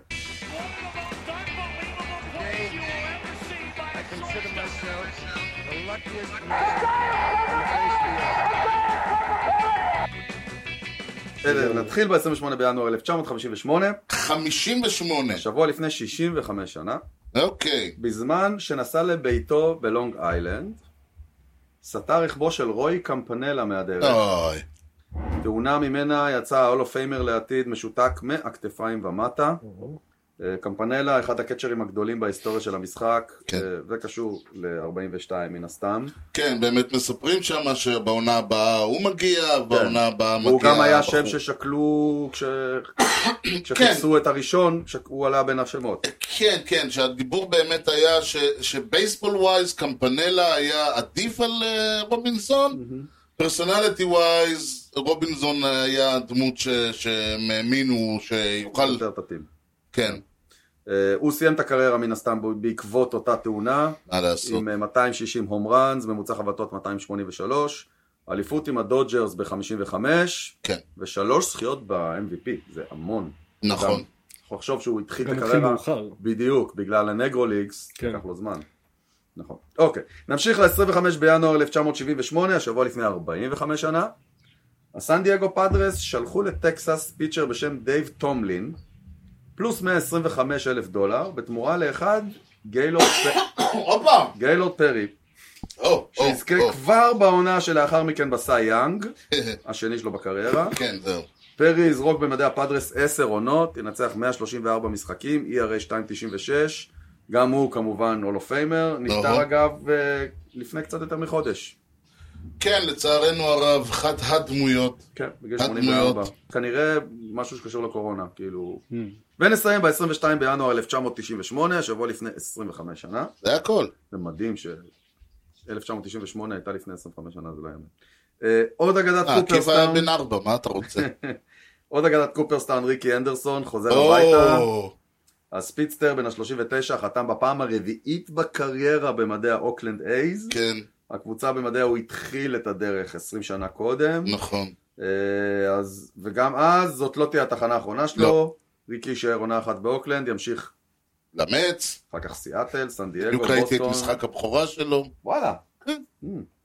נתחיל ב-עשרים ושמונה בינואר אלף תשע מאות חמישים ושמונה. חמישים ושמונה. שבוע לפני שישים וחמש שנה. אוקיי. בזמן שנסע לביתו בלונג איילנד, סטה רכבו של רוי קמפנלה מהדרך. אוי. תאונה ממנה יצא ההול אוף פיימר לעתיד משותק מהכתפיים ומטה. קמפנלה, אחד הקצ'רים הגדולים בהיסטוריה של המשחק, כן. זה קשור ל-ארבעים ושתיים מן הסתם. כן, באמת מספרים שם שבעונה הבאה הוא מגיע, בעונה הבאה מגיע... הוא גם היה שם ששקלו, כשחיפשו את הראשון, הוא עלה בין השמות. כן, כן, שהדיבור באמת היה שבייסבול ווייז קמפנלה היה עדיף על רובינסון, פרסונליטי ווייז רובינסון היה דמות שהם האמינו שיוכל... יותר תתאים. כן. הוא סיים את הקריירה מן הסתם בעקבות אותה תאונה, עם מאתיים ושישים הום ראנס, ממוצע חבטות מאתיים שמונים ושלוש, אליפות עם הדודג'רס ב-חמישים וחמש, כן. ושלוש זכיות ב-אם וי פי, זה המון. נכון. אנחנו חושב שהוא התחיל את גם הקריירה, התחיל מאוחר. בדיוק, בגלל הנגרו ליגס, כן. לקח לו זמן. נכון. אוקיי, נמשיך ל-עשרים וחמישה בינואר אלף תשע מאות שבעים ושמונה, השבוע לפני ארבעים וחמש שנה. הסן דייגו פאדרס שלחו לטקסס פיצ'ר בשם דייב טומלין, פלוס מאה עשרים וחמישה אלף דולר, בתמורה לאחד גיילורד פרי, שיזכה כבר בעונה שלאחר מכן בסי יאנג, השני שלו בקריירה. כן, זהו. פרי יזרוק במדעי הפאדרס עשר עונות, ינצח מאה שלושים וארבע משחקים, אי אר איי שתיים נקודה תשעים ושש, גם הוא כמובן הול אוף פיימר, נפטר אגב לפני קצת יותר מחודש. כן, לצערנו הרב, חד הדמויות. כן, בגיל שמונים וארבע. כנראה משהו שקשור לקורונה, כאילו... ונסיים ב-עשרים ושתיים בינואר אלף תשע מאות תשעים ושמונה, השבוע לפני עשרים וחמש שנה. זה הכל. זה מדהים ש-אלף תשע מאות תשעים ושמונה הייתה לפני עשרים וחמש שנה, זה לא יאמן. עוד אגדת קופרסטאון. כיף היה בן ארבע, מה אתה רוצה? עוד אגדת קופרסטאון, ריקי אנדרסון, חוזר הביתה. הספיצטר בן ה-שלושים ותשע חתם בפעם הרביעית בקריירה במדעי האוקלנד אייז. כן. הקבוצה במדעי הוא התחיל את הדרך עשרים שנה קודם. נכון. אז, וגם אז זאת לא תהיה התחנה האחרונה שלו. לא. ריקי יישאר עונה אחת באוקלנד, ימשיך למץ. אחר כך סיאטל, סן דייגו, בדיוק ראיתי את משחק הבכורה שלו. וואלה. כן.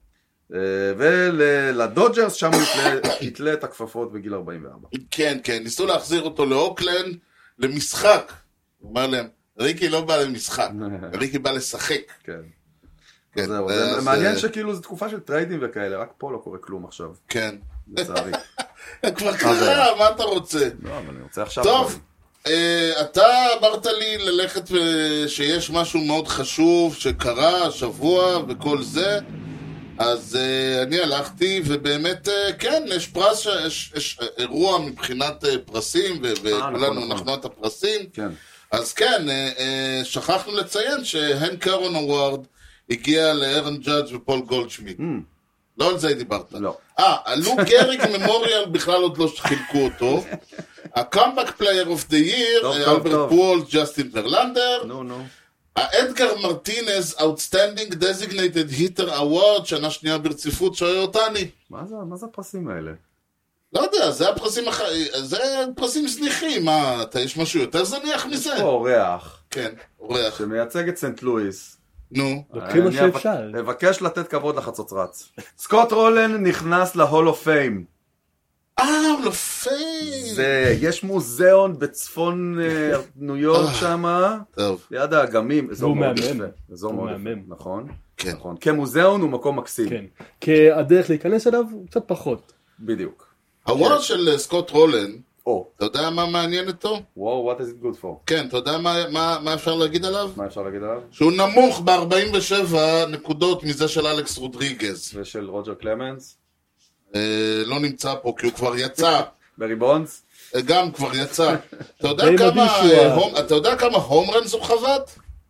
ולדודג'רס שם הוא יתלה את הכפפות בגיל ארבעים וארבע. כן, כן, ניסו להחזיר אותו לאוקלנד למשחק. הוא אומר להם, ריקי לא בא למשחק, ריקי בא לשחק. כן. זהו, זה מעניין שכאילו זו תקופה של טריידים וכאלה, רק פה לא קורה כלום עכשיו. כן. לצערי. כבר קרה, מה אתה רוצה? לא, אבל אני רוצה עכשיו... טוב, אתה אמרת לי ללכת שיש משהו מאוד חשוב שקרה השבוע וכל זה, אז אני הלכתי ובאמת כן, יש פרס, יש אירוע מבחינת פרסים וכולנו אנחנו את הפרסים. אז כן, שכחנו לציין שהנק ארון אווארד הגיע לארן ג'אדג' ופול גולדשמיט. לא על זה דיברת. לא. אה, הלוק גריק ממוריאל בכלל עוד לא חילקו אותו. הקאמבק פלייר אוף דה ייר, אלברט פואלס, ג'סטין ורלנדר. נו, נו. האדגר מרטינז, Outstanding Designated Hitter Award, שנה שנייה ברציפות, שואל אותני. מה זה, מה זה הפרסים האלה? לא יודע, זה הפרסים, זה פרסים זניחים, מה, אתה יש משהו יותר זניח מזה? יש פה אורח. כן, אורח. שמייצג את סנט לואיס. נו. לוקחים מה שאפשר. מבקש לתת כבוד לחצוצרץ. סקוט רולן נכנס להול אוף פיים. אה, הול אוף פיים. יש מוזיאון בצפון ניו יורק שמה. טוב. ליד האגמים. הוא מהמם. אזור מאוד יפה, נכון? כן. כמוזיאון הוא מקום מקסים. כן. כהדרך להיכנס אליו הוא קצת פחות. בדיוק. הווארד של סקוט רולן, או. אתה יודע מה מעניין אותו? וואו, what is it good for? כן, אתה יודע מה, מה, מה אפשר להגיד עליו? מה אפשר להגיד עליו? שהוא נמוך ב-ארבעים ושבע נקודות מזה של אלכס רודריגז. ושל רוג'ר קלמנס? אה, לא נמצא פה, כי הוא כבר יצא. ברי בונדס? גם כבר יצא. אתה יודע כמה, הום, אתה יודע כמה הומרנס הוא חוות?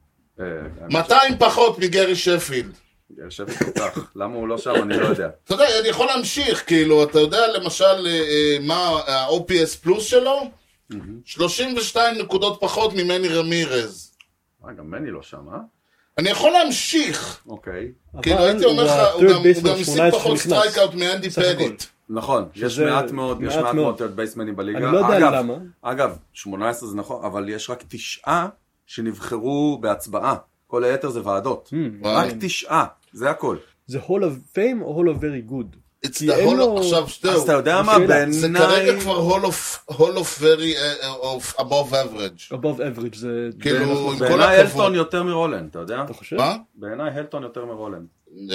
מאתיים פחות מגרי שפילד. גרי שפילד פותח. למה הוא לא שם? אני לא יודע. אתה יודע, אני יכול להמשיך, כאילו, אתה יודע למשל מה ה-או פי אס פלוס שלו? שלושים ושתיים נקודות פחות ממני רמירז. אה, גם מני לא שם, אה? אני יכול להמשיך. אוקיי. כאילו, הייתי אומר לך, הוא גם משיג פחות סטרייקאוט מאנדי פדיט. נכון, יש מעט מאוד, יש מעט מאוד בייסמנים בליגה. אני לא יודע למה. אגב, שמונה עשרה זה נכון, אבל יש רק תשעה שנבחרו בהצבעה. כל היתר זה ועדות. רק תשעה, זה הכל. זה Hall of Fame או Hall of Very Good? עכשיו שתהו. אז אתה יודע מה, בעיניי... זה כרגע כבר Hall of Very above average. above average זה... כאילו, עם כל בעיניי הכבוד. הלטון יותר מרולנד, אתה יודע? אתה חושב? מה? בעיניי הלטון יותר מרולנד.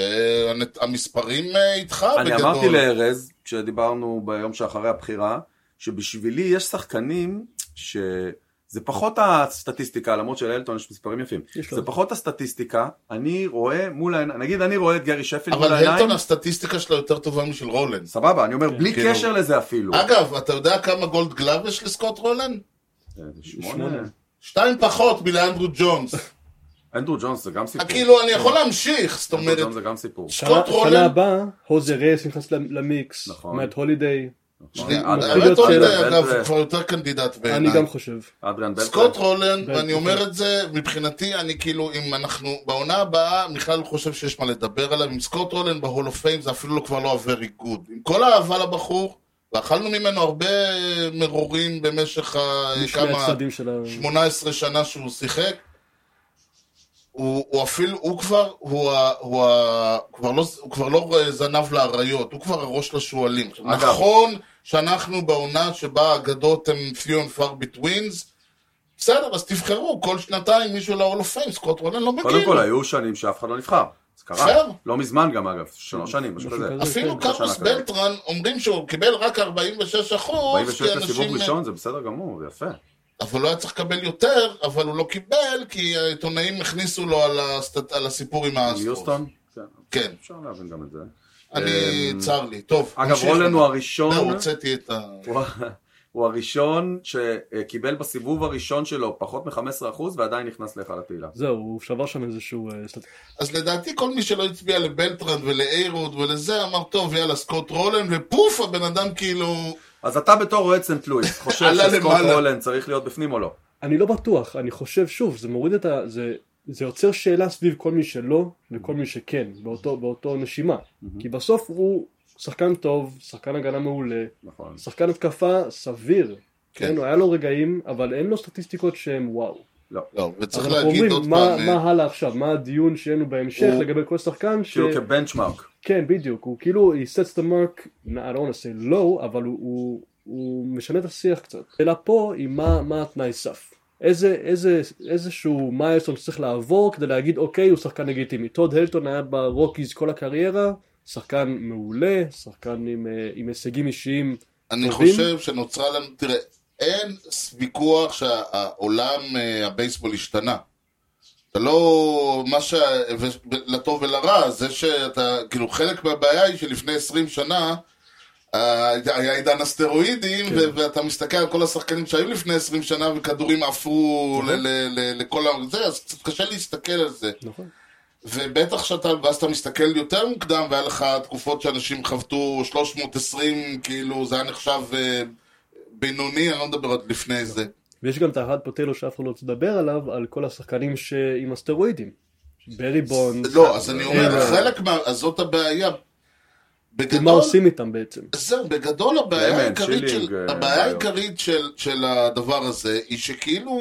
המספרים איתך בגדול. אני אמרתי לארז, כשדיברנו ביום שאחרי הבחירה, שבשבילי יש שחקנים ש... זה פחות הסטטיסטיקה, למרות של אלטון יש מספרים יפים. זה פחות הסטטיסטיקה, אני רואה מול העיניים, נגיד אני רואה את גרי שפילד מול העיניים. אבל אלטון הסטטיסטיקה שלו יותר טובה משל רולן. סבבה, אני אומר בלי קשר לזה אפילו. אגב, אתה יודע כמה גולד גלאב יש לסקוט רולן? שמונה. שתיים פחות מלאנדרו ג'ונס. אנדרו ג'ונס זה גם סיפור. כאילו, אני יכול להמשיך, זאת אומרת. אנדרו ג'ונס זה גם סיפור. סקוט רולן. שנה הבאה, הוזה רייס נכנס למיקס. מאט הולידיי. האמת הולידיי, אגב, הוא כבר יותר קנדידט בעיניי. אני גם חושב. סקוט רולן, ואני אומר את זה, מבחינתי, אני כאילו, אם אנחנו, בעונה הבאה, מיכל חושב שיש מה לדבר עליו, עם סקוט רולן בהול אוף פיים, זה אפילו כבר לא ה-very good. עם כל האהבה לבחור, ואכלנו ממנו הרבה מרורים במשך כמה, שמונה עשרה שנה שהוא שיחק, הוא אפילו, הוא כבר, הוא כבר לא זנב לאריות, הוא כבר הראש לשואלים. נכון שאנחנו בעונה שבה האגדות הם few and far betweens, בסדר, אז תבחרו כל שנתיים מישהו להול אוף פיים, סקוט רולן לא מגיע. קודם כל היו שנים שאף אחד לא נבחר, זה קרה, לא מזמן גם אגב, שלוש שנים, משהו כזה. אפילו קארוס בלטרן אומרים שהוא קיבל רק ארבעים ושש אחוז, ארבעים ושש לסיבוב ראשון זה בסדר גמור, זה יפה. אבל לא היה צריך לקבל יותר, אבל הוא לא קיבל, כי העיתונאים הכניסו לו על, הסט... על הסיפור עם האסטרוס. מיוסטון? כן. אפשר להבין גם את זה. אני צר לי. טוב. אגב, רולן הוא הראשון... לא, הוצאתי את ה... הוא הראשון שקיבל בסיבוב הראשון שלו פחות מ-חמישה עשר אחוז ועדיין נכנס להיכל התהילה. זהו, הוא שבר שם איזשהו... אז לדעתי כל מי שלא הצביע לבלטרנד ולאיירוד ולזה אמר טוב, יאללה, סקוט רולן, ופוף, הבן אדם כאילו... אז אתה בתור רואה את סנט לואיס, חושב שסקוט רולן צריך להיות בפנים או לא? אני לא בטוח, אני חושב שוב, זה מוריד את ה... זה, זה יוצר שאלה סביב כל מי שלא וכל מי שכן, באותו, באותו נשימה. כי בסוף הוא שחקן טוב, שחקן הגנה מעולה, שחקן התקפה סביר. כן, הוא היה לו רגעים, אבל אין לו סטטיסטיקות שהן וואו. לא. לא, וצריך אנחנו להגיד אומרים, עוד מה, פעם... מה הלאה עכשיו? מה הדיון שיהיה בהמשך הוא... לגבי כל שחקן ש... כאילו כבנצ'מרק. כן, בדיוק. הוא כאילו, he sets the mark, I don't want to say low, אבל הוא, הוא, הוא משנה את השיח קצת. אלא פה היא מה, מה התנאי סף. איזה, איזה, איזשהו מיילסטון שצריך לעבור כדי להגיד, אוקיי, הוא שחקן לגיטימי. טוד הלטון היה ברוקיז כל הקריירה, שחקן מעולה, שחקן עם, עם הישגים אישיים אני טובים. חושב שנוצרה לנו, תראה, אין ויכוח שהעולם הבייסבול השתנה. אתה לא, מה ש... לטוב ולרע, זה שאתה, כאילו חלק מהבעיה היא שלפני עשרים שנה, היה עידן הסטרואידים, ואתה מסתכל על כל השחקנים שהיו לפני עשרים שנה, וכדורים עפרו לכל ה... זה, אז קצת קשה להסתכל על זה. נכון. ובטח שאתה, ואז אתה מסתכל יותר מוקדם, והיה לך תקופות שאנשים חבטו שלוש מאות ועשרים, כאילו זה היה נחשב בינוני, אני לא מדבר עוד לפני זה. ויש גם את האחד פוטלו שאף אחד לא תדבר עליו, על כל השחקנים עם הסטרואידים. ברי בונד. לא, אז אני אומר, חלק מה... אז זאת הבעיה. בגדול... מה עושים איתם בעצם? זהו, בגדול הבעיה העיקרית של... הבעיה העיקרית של הדבר הזה, היא שכאילו,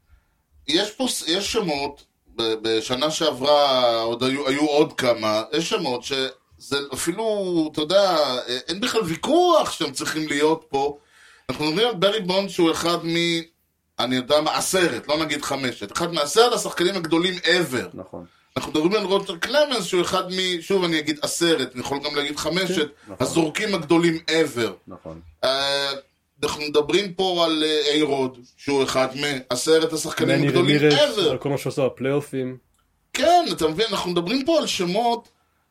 יש פה, יש שמות, בשנה שעברה עוד היו, היו עוד כמה, יש שמות שזה אפילו, אתה יודע, אין בכלל ויכוח שהם צריכים להיות פה. אנחנו מדברים על ברי בונד שהוא אחד מ... אני יודע מה, עשרת, לא נגיד חמשת. אחד מעשרת השחקנים הגדולים ever. נכון. אנחנו מדברים על רוטר קלמנס שהוא אחד מ... שוב אני אגיד עשרת, אני יכול גם להגיד חמשת, נכון. הזורקים הגדולים ever. נכון. Uh, אנחנו מדברים פה על איירוד, שהוא אחד מעשרת השחקנים הגדולים ever. על כל מה שעושה בפלייאופים. כן, אתה מבין, אנחנו מדברים פה על שמות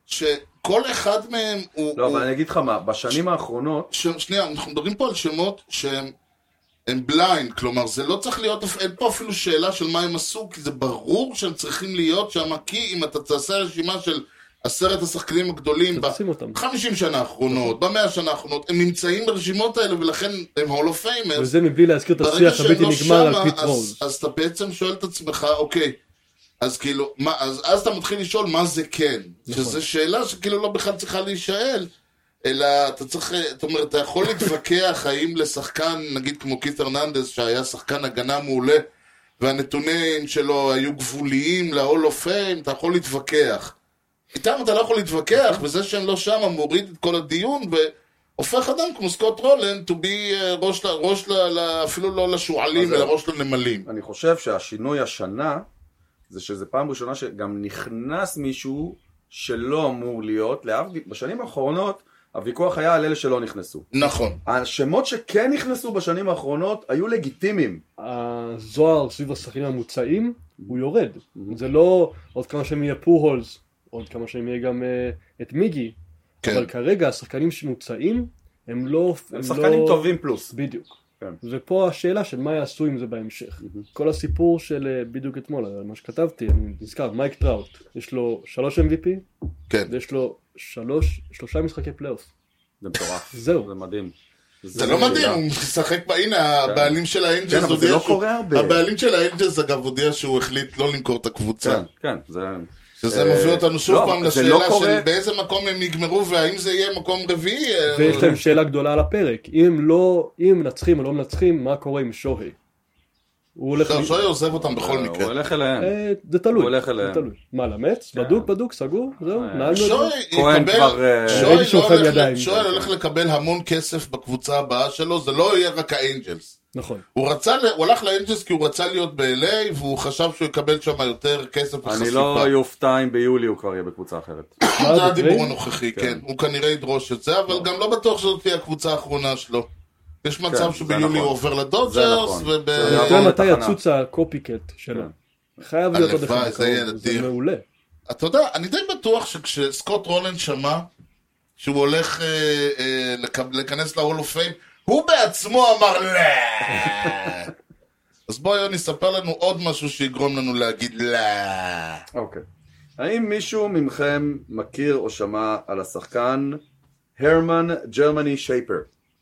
שכל אחד מהם הוא... לא, הוא... אבל אני אגיד לך מה, בשנים האחרונות... ש... שנייה, אנחנו מדברים פה על שמות שהם הם בליינד, כלומר, זה לא צריך להיות, אין פה אפילו שאלה של מה הם עשו, כי זה ברור שהם צריכים להיות שם, כי אם אתה תעשה רשימה של עשרת השחקנים הגדולים ב-חמישים שנה האחרונות, ב-מאה שנה האחרונות, הם נמצאים ברשימות האלה, ולכן הם הול אוף פיימרס. וזה מבלי להזכיר את השיח הבלתי נגמר על פיט רוז. אז אתה בעצם שואל את עצמך, אוקיי, אז כאילו, מה, אז, אז אתה מתחיל לשאול מה זה כן, נכון. שזו שאלה שכאילו לא בכלל צריכה להישאל, אלא אתה צריך, זאת אומרת, אתה יכול להתווכח האם לשחקן, נגיד כמו קית' הרננדז, שהיה שחקן הגנה מעולה, והנתונים שלו היו גבוליים להול אוף פיים, אתה יכול להתווכח. איתם אתה לא יכול להתווכח, וזה שהם לא שם מוריד את כל הדיון, והופך אדם כמו סקוט רולנד, to be ראש, ראש אפילו לא לשועלים, אלא ראש לנמלים. אני חושב שהשינוי השנה, זה שזה פעם ראשונה שגם נכנס מישהו שלא אמור להיות, להבדיל, בשנים האחרונות, הוויכוח היה על אלה שלא נכנסו. נכון. השמות שכן נכנסו בשנים האחרונות היו לגיטימיים. הזוהר סביב השחקנים המוצאים, הוא יורד. זה לא עוד כמה שהם יהיה פוהולס, עוד כמה שהם יהיה גם uh, את מיגי. כן. אבל כרגע השחקנים שמוצאים, הם לא... הם שחקנים לא... טובים פלוס. בדיוק. כן. ופה השאלה של מה יעשו עם זה בהמשך. Mm-hmm. כל הסיפור של בדיוק אתמול, מה שכתבתי, אני נזכר, מייק טראוט, יש לו שלוש אם וי פי, כן. ויש לו שלוש, שלושה משחקי פלייאוף. זה מטורף. זהו. זה מדהים. זה לא מדהים, הוא משחק בה, הנה, הבעלים של האנג'לס הודיע שהוא... הבעלים של האנג'לס אגב הודיע שהוא החליט לא למכור את הקבוצה. כן, כן, זה... שזה מביא אותנו שוב פעם לשאלה של באיזה מקום הם יגמרו, והאם זה יהיה מקום רביעי. ויש להם שאלה גדולה על הפרק. אם הם לא, אם הם מנצחים או לא מנצחים, מה קורה עם שוהי? שוהי עוזב אותם בכל מקרה. הוא הולך אליהם. זה תלוי. הוא הולך אליהם. מה, למץ? בדוק, בדוק, סגור? זהו, נעלנו את זה. שוהי הולך לקבל המון כסף בקבוצה הבאה שלו, זה לא יהיה רק האנג'לס. נכון. הוא רצה, הוא הלך לאנג'לס כי הוא רצה להיות ב-אל איי, והוא חשב שהוא יקבל שם יותר כסף וחשיפה. אני לא יופתע אם ביולי הוא כבר יהיה בקבוצה אחרת. זה הדיבור הנוכחי, כן. הוא כנראה ידרוש את זה, אבל גם לא בטוח שזאת תהיה הקבוצה האחרונה שלו. יש מצב שביולי הוא עובר לדודג'רס, וב... יותר מתי יצוץ הקופיקט שלו. חייב להיות עוד אחד. זה מעולה. אתה יודע, אני די בטוח שכשסקוט רולנד שמע שהוא הולך להיכנס להול אוף פיים, הוא בעצמו אמר לא. אז בואו יוני, ספר לנו עוד משהו שיגרום לנו להגיד לא. אוקיי. האם מישהו ממכם מכיר או שמע על השחקן הרמן ג'רמני שייפר?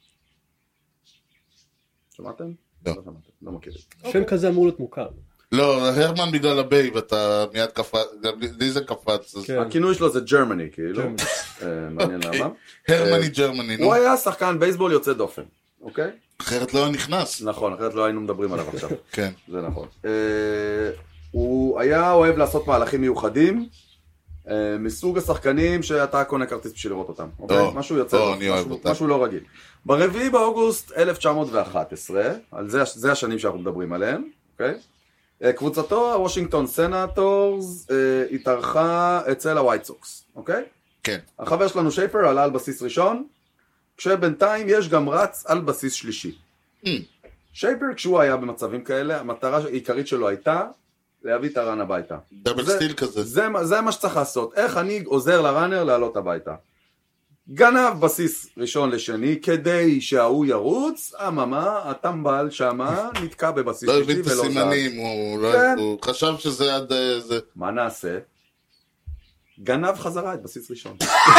שמעתם? לא. לא מכירים. שם כזה אמור להיות מוכר. לא, הרמן בגלל הבייב, אתה מיד קפץ, לי זה קפץ. הכינוי שלו זה ג'רמני, כאילו. מעניין למה. הרמני ג'רמני, נו. הוא היה שחקן בייסבול יוצא דופן. אוקיי? אחרת לא נכנס. נכון, אחרת לא היינו מדברים עליו עכשיו. כן. זה נכון. הוא היה אוהב לעשות מהלכים מיוחדים, מסוג השחקנים שאתה קונה כרטיס בשביל לראות אותם. משהו יוצא, משהו לא רגיל. ברביעי באוגוסט אלף תשע מאות ואחת עשרה, זה השנים שאנחנו מדברים עליהם, אוקיי? קבוצתו, הוושינגטון סנאטורס, התארחה אצל הווייט סוקס, אוקיי? כן. החבר שלנו שייפר עלה על בסיס ראשון, כשבינתיים יש גם רץ על בסיס שלישי. שייפר, כשהוא היה במצבים כאלה, המטרה העיקרית שלו הייתה להביא את הרן הביתה. דאבל סטיל כזה. זה, זה מה שצריך לעשות. איך אני עוזר לראנר לעלות הביתה? גנב בסיס ראשון לשני, כדי שההוא ירוץ, אממה, הטמבל שמה, נתקע בבסיס לא שלישי הבין את הסימנים, הוא חשב שזה עד זה. מה נעשה? גנב חזרה את בסיס ראשון.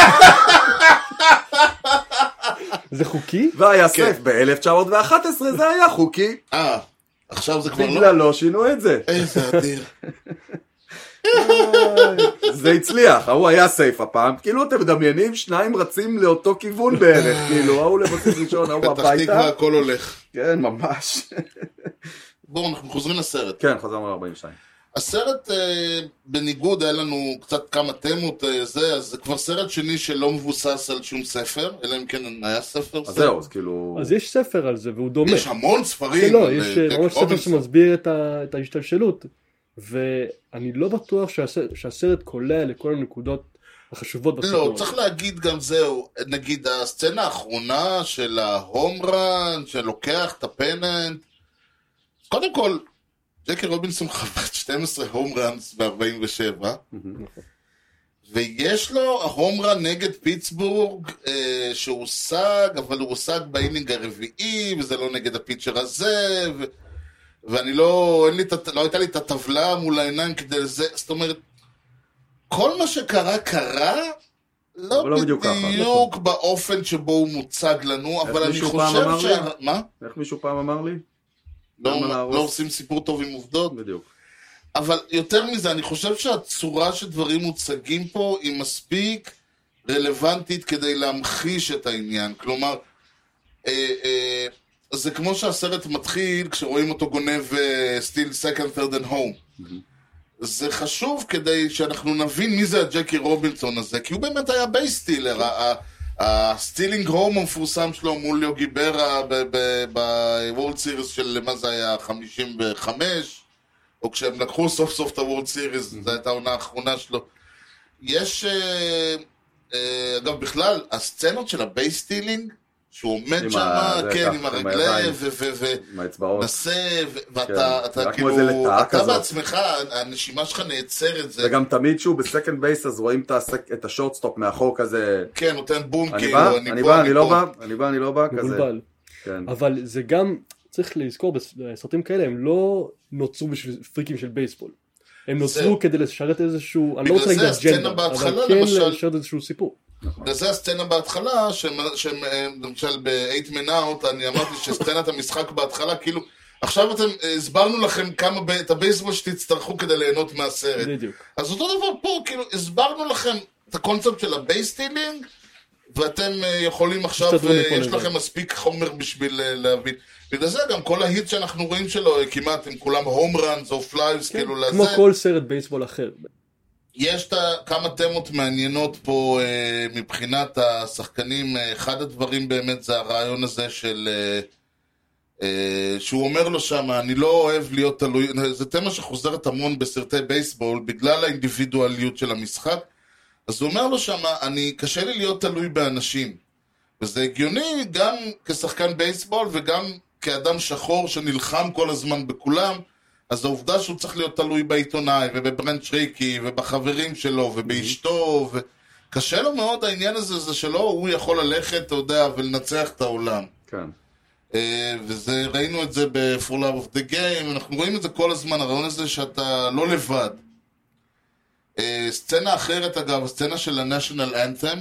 זה חוקי? והיה סייף ב-אלף תשע מאות ואחת עשרה, זה היה חוקי. אה, עכשיו זה כבר לא? בגלל לא שינו את זה. איזה אדיר. זה הצליח, הוא היה סייף הפעם, כאילו אתם מדמיינים, שניים רצים לאותו כיוון בערך, כאילו, הוא לבסיס ראשון, הוא הביתה. פתח תקווה, הכל הולך. כן, ממש. בואו, אנחנו חוזרים לסרט. כן, חזרנו ל-ארבעים ושתיים. הסרט, בניגוד, היה לנו קצת כמה תמות, זה, אז זה כבר סרט שני שלא מבוסס על שום ספר, אלא אם כן היה ספר. אז זהו, אז כאילו... אז יש ספר על זה, והוא דומה. יש המון ספרים. לא, יש ממש ספר שמסביר את ההשתלשלות. ואני לא בטוח שהסרט קולע לכל הנקודות החשובות בסרט. לא, צריך להגיד גם זהו, נגיד הסצנה האחרונה של ההומרן, שלוקח את הפננט, קודם כל, ג'קי רובינסון חבט שתים עשרה הומרנס ב-ארבעים ושבע, ויש לו ההומרן נגד פיטסבורג שהושג, אבל הוא הושג באינינג הרביעי, וזה לא נגד הפיצ'ר הזה, ו... ואני לא, אין לי, לא הייתה לי את הטבלה מול העיניים כדי לזה, זאת אומרת, כל מה שקרה קרה, לא, לא בדיוק, בדיוק באופן שבו הוא מוצג לנו, אבל אני חושב ש... מה? איך מישהו פעם אמר לי? לא, לא עושים סיפור טוב עם עובדות. בדיוק. אבל יותר מזה, אני חושב שהצורה שדברים מוצגים פה היא מספיק רלוונטית כדי להמחיש את העניין. כלומר, אה, אה, זה כמו שהסרט מתחיל כשרואים אותו גונב סטיל second, third and home. זה חשוב כדי שאנחנו נבין מי זה הג'קי רובינסון הזה, כי הוא באמת היה בייסטילר. הסטילינג הום המפורסם שלו מול יוגי ברה בוורלד סיריס של מה זה היה, חמישים וחמש, או כשהם לקחו סוף סוף את הוורלד סיריס, זו הייתה העונה האחרונה שלו. יש, אגב בכלל, הסצנות של הבייסטילינג, שהוא עומד שם, כן, עם הרגלי, ונסה, ואתה כאילו, אתה בעצמך, הנשימה שלך נעצרת. וגם תמיד שהוא בסקנד בייס, אז רואים את השורטסטופ מאחור כזה. כן, נותן בום, כאילו, אני בא, אני לא בא, אני בא, אני לא בא, כזה. אבל זה גם, צריך לזכור, בסרטים כאלה, הם לא נוצרו בשביל פריקים של בייסבול. הם נוצרו כדי לשרת איזשהו, אני לא רוצה להגיד אג'נדה, אבל כן לשרת איזשהו סיפור. וזה הסצנה בהתחלה, למשל ב-eight man out, אני אמרתי שסצנת המשחק בהתחלה, כאילו, עכשיו אתם, הסברנו לכם כמה, את הבייסבול שתצטרכו כדי ליהנות מהסרט. בדיוק. אז אותו דבר פה, כאילו, הסברנו לכם את הקונספט של הבייסטילינג, ואתם יכולים עכשיו, יש לכם מספיק חומר בשביל להבין. בגלל זה גם כל ההיט שאנחנו רואים שלו, כמעט עם כולם הום ראנס או פלייבס, כאילו לזה. כמו כל סרט בייסבול אחר. יש כמה תמות מעניינות פה מבחינת השחקנים. אחד הדברים באמת זה הרעיון הזה של שהוא אומר לו שם, אני לא אוהב להיות תלוי, זה תמה שחוזרת המון בסרטי בייסבול בגלל האינדיבידואליות של המשחק. אז הוא אומר לו שם, אני קשה לי להיות תלוי באנשים, וזה הגיוני גם כשחקן בייסבול וגם כאדם שחור שנלחם כל הזמן בכולם. אז העובדה שהוא צריך להיות תלוי בעיתונאי ובברנד שריקי ובחברים שלו ובאשתו, וקשה לו מאוד העניין הזה, זה שלא הוא יכול ללכת, אתה יודע, ולנצח את העולם. כן. וזה, ראינו את זה ב-For Love of the Game, אנחנו רואים את זה כל הזמן, הרעיון הזה שאתה לא לבד. סצנה אחרת אגב, הסצנה של ה-National Anthem,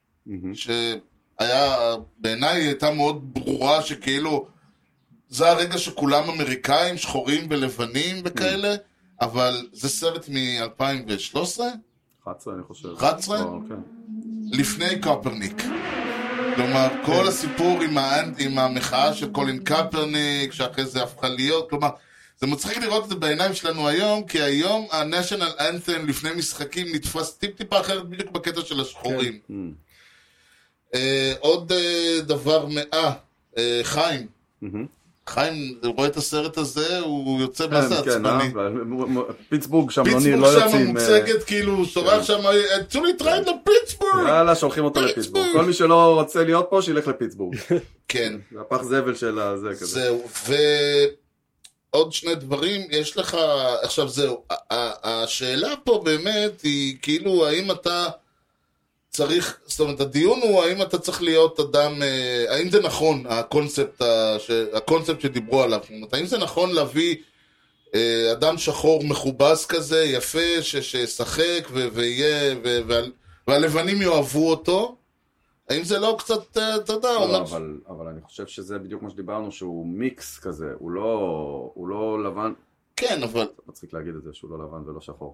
שהיה, בעיניי הייתה מאוד ברורה שכאילו, זה הרגע שכולם אמריקאים, שחורים ולבנים וכאלה, אבל זה סרט מ-אלפיים ושלוש עשרה? אחת עשרה אני חושב. אחת עשרה? לפני קופרניק. כלומר, כל הסיפור עם, האנט, עם המחאה של קולין קפרניק, שאחרי זה הפכה להיות, כלומר, זה מצחיק לראות את זה בעיניים שלנו היום, כי היום ה-National Anthem לפני משחקים נתפס טיפ-טיפה אחרת בדיוק בקטע של השחורים. כן. Uh, עוד uh, דבר מאה, uh, חיים. Mm-hmm. חיים, רואה את הסרט הזה, הוא יוצא מסע עצמני. פיטסבורג שם לא יוצאים. פיטסבורג שם מוצגת, כאילו, הוא שורח שם, תנו לי טרייד לפיטסבורג! יאללה, שולחים אותו לפיטסבורג. כל מי שלא רוצה להיות פה, שילך לפיטסבורג. כן. זה הפח זבל של הזה כזה. זהו, ועוד שני דברים, יש לך, עכשיו זהו, השאלה פה באמת היא, כאילו, האם אתה צריך, זאת אומרת, הדיון הוא האם אתה צריך להיות אדם, האם זה נכון, הקונספט, הקונספט שדיברו עליו, זאת אומרת, האם זה נכון להביא אדם שחור מחובס כזה, יפה, שישחק ויהיה, והלבנים יאהבו אותו, האם זה לא קצת, אתה יודע, לא, אבל, אבל אני חושב שזה בדיוק מה שדיברנו, שהוא מיקס כזה, הוא לא, הוא לא לבן. כן, אבל... מצחיק להגיד את זה, שהוא לא לבן ולא שחור.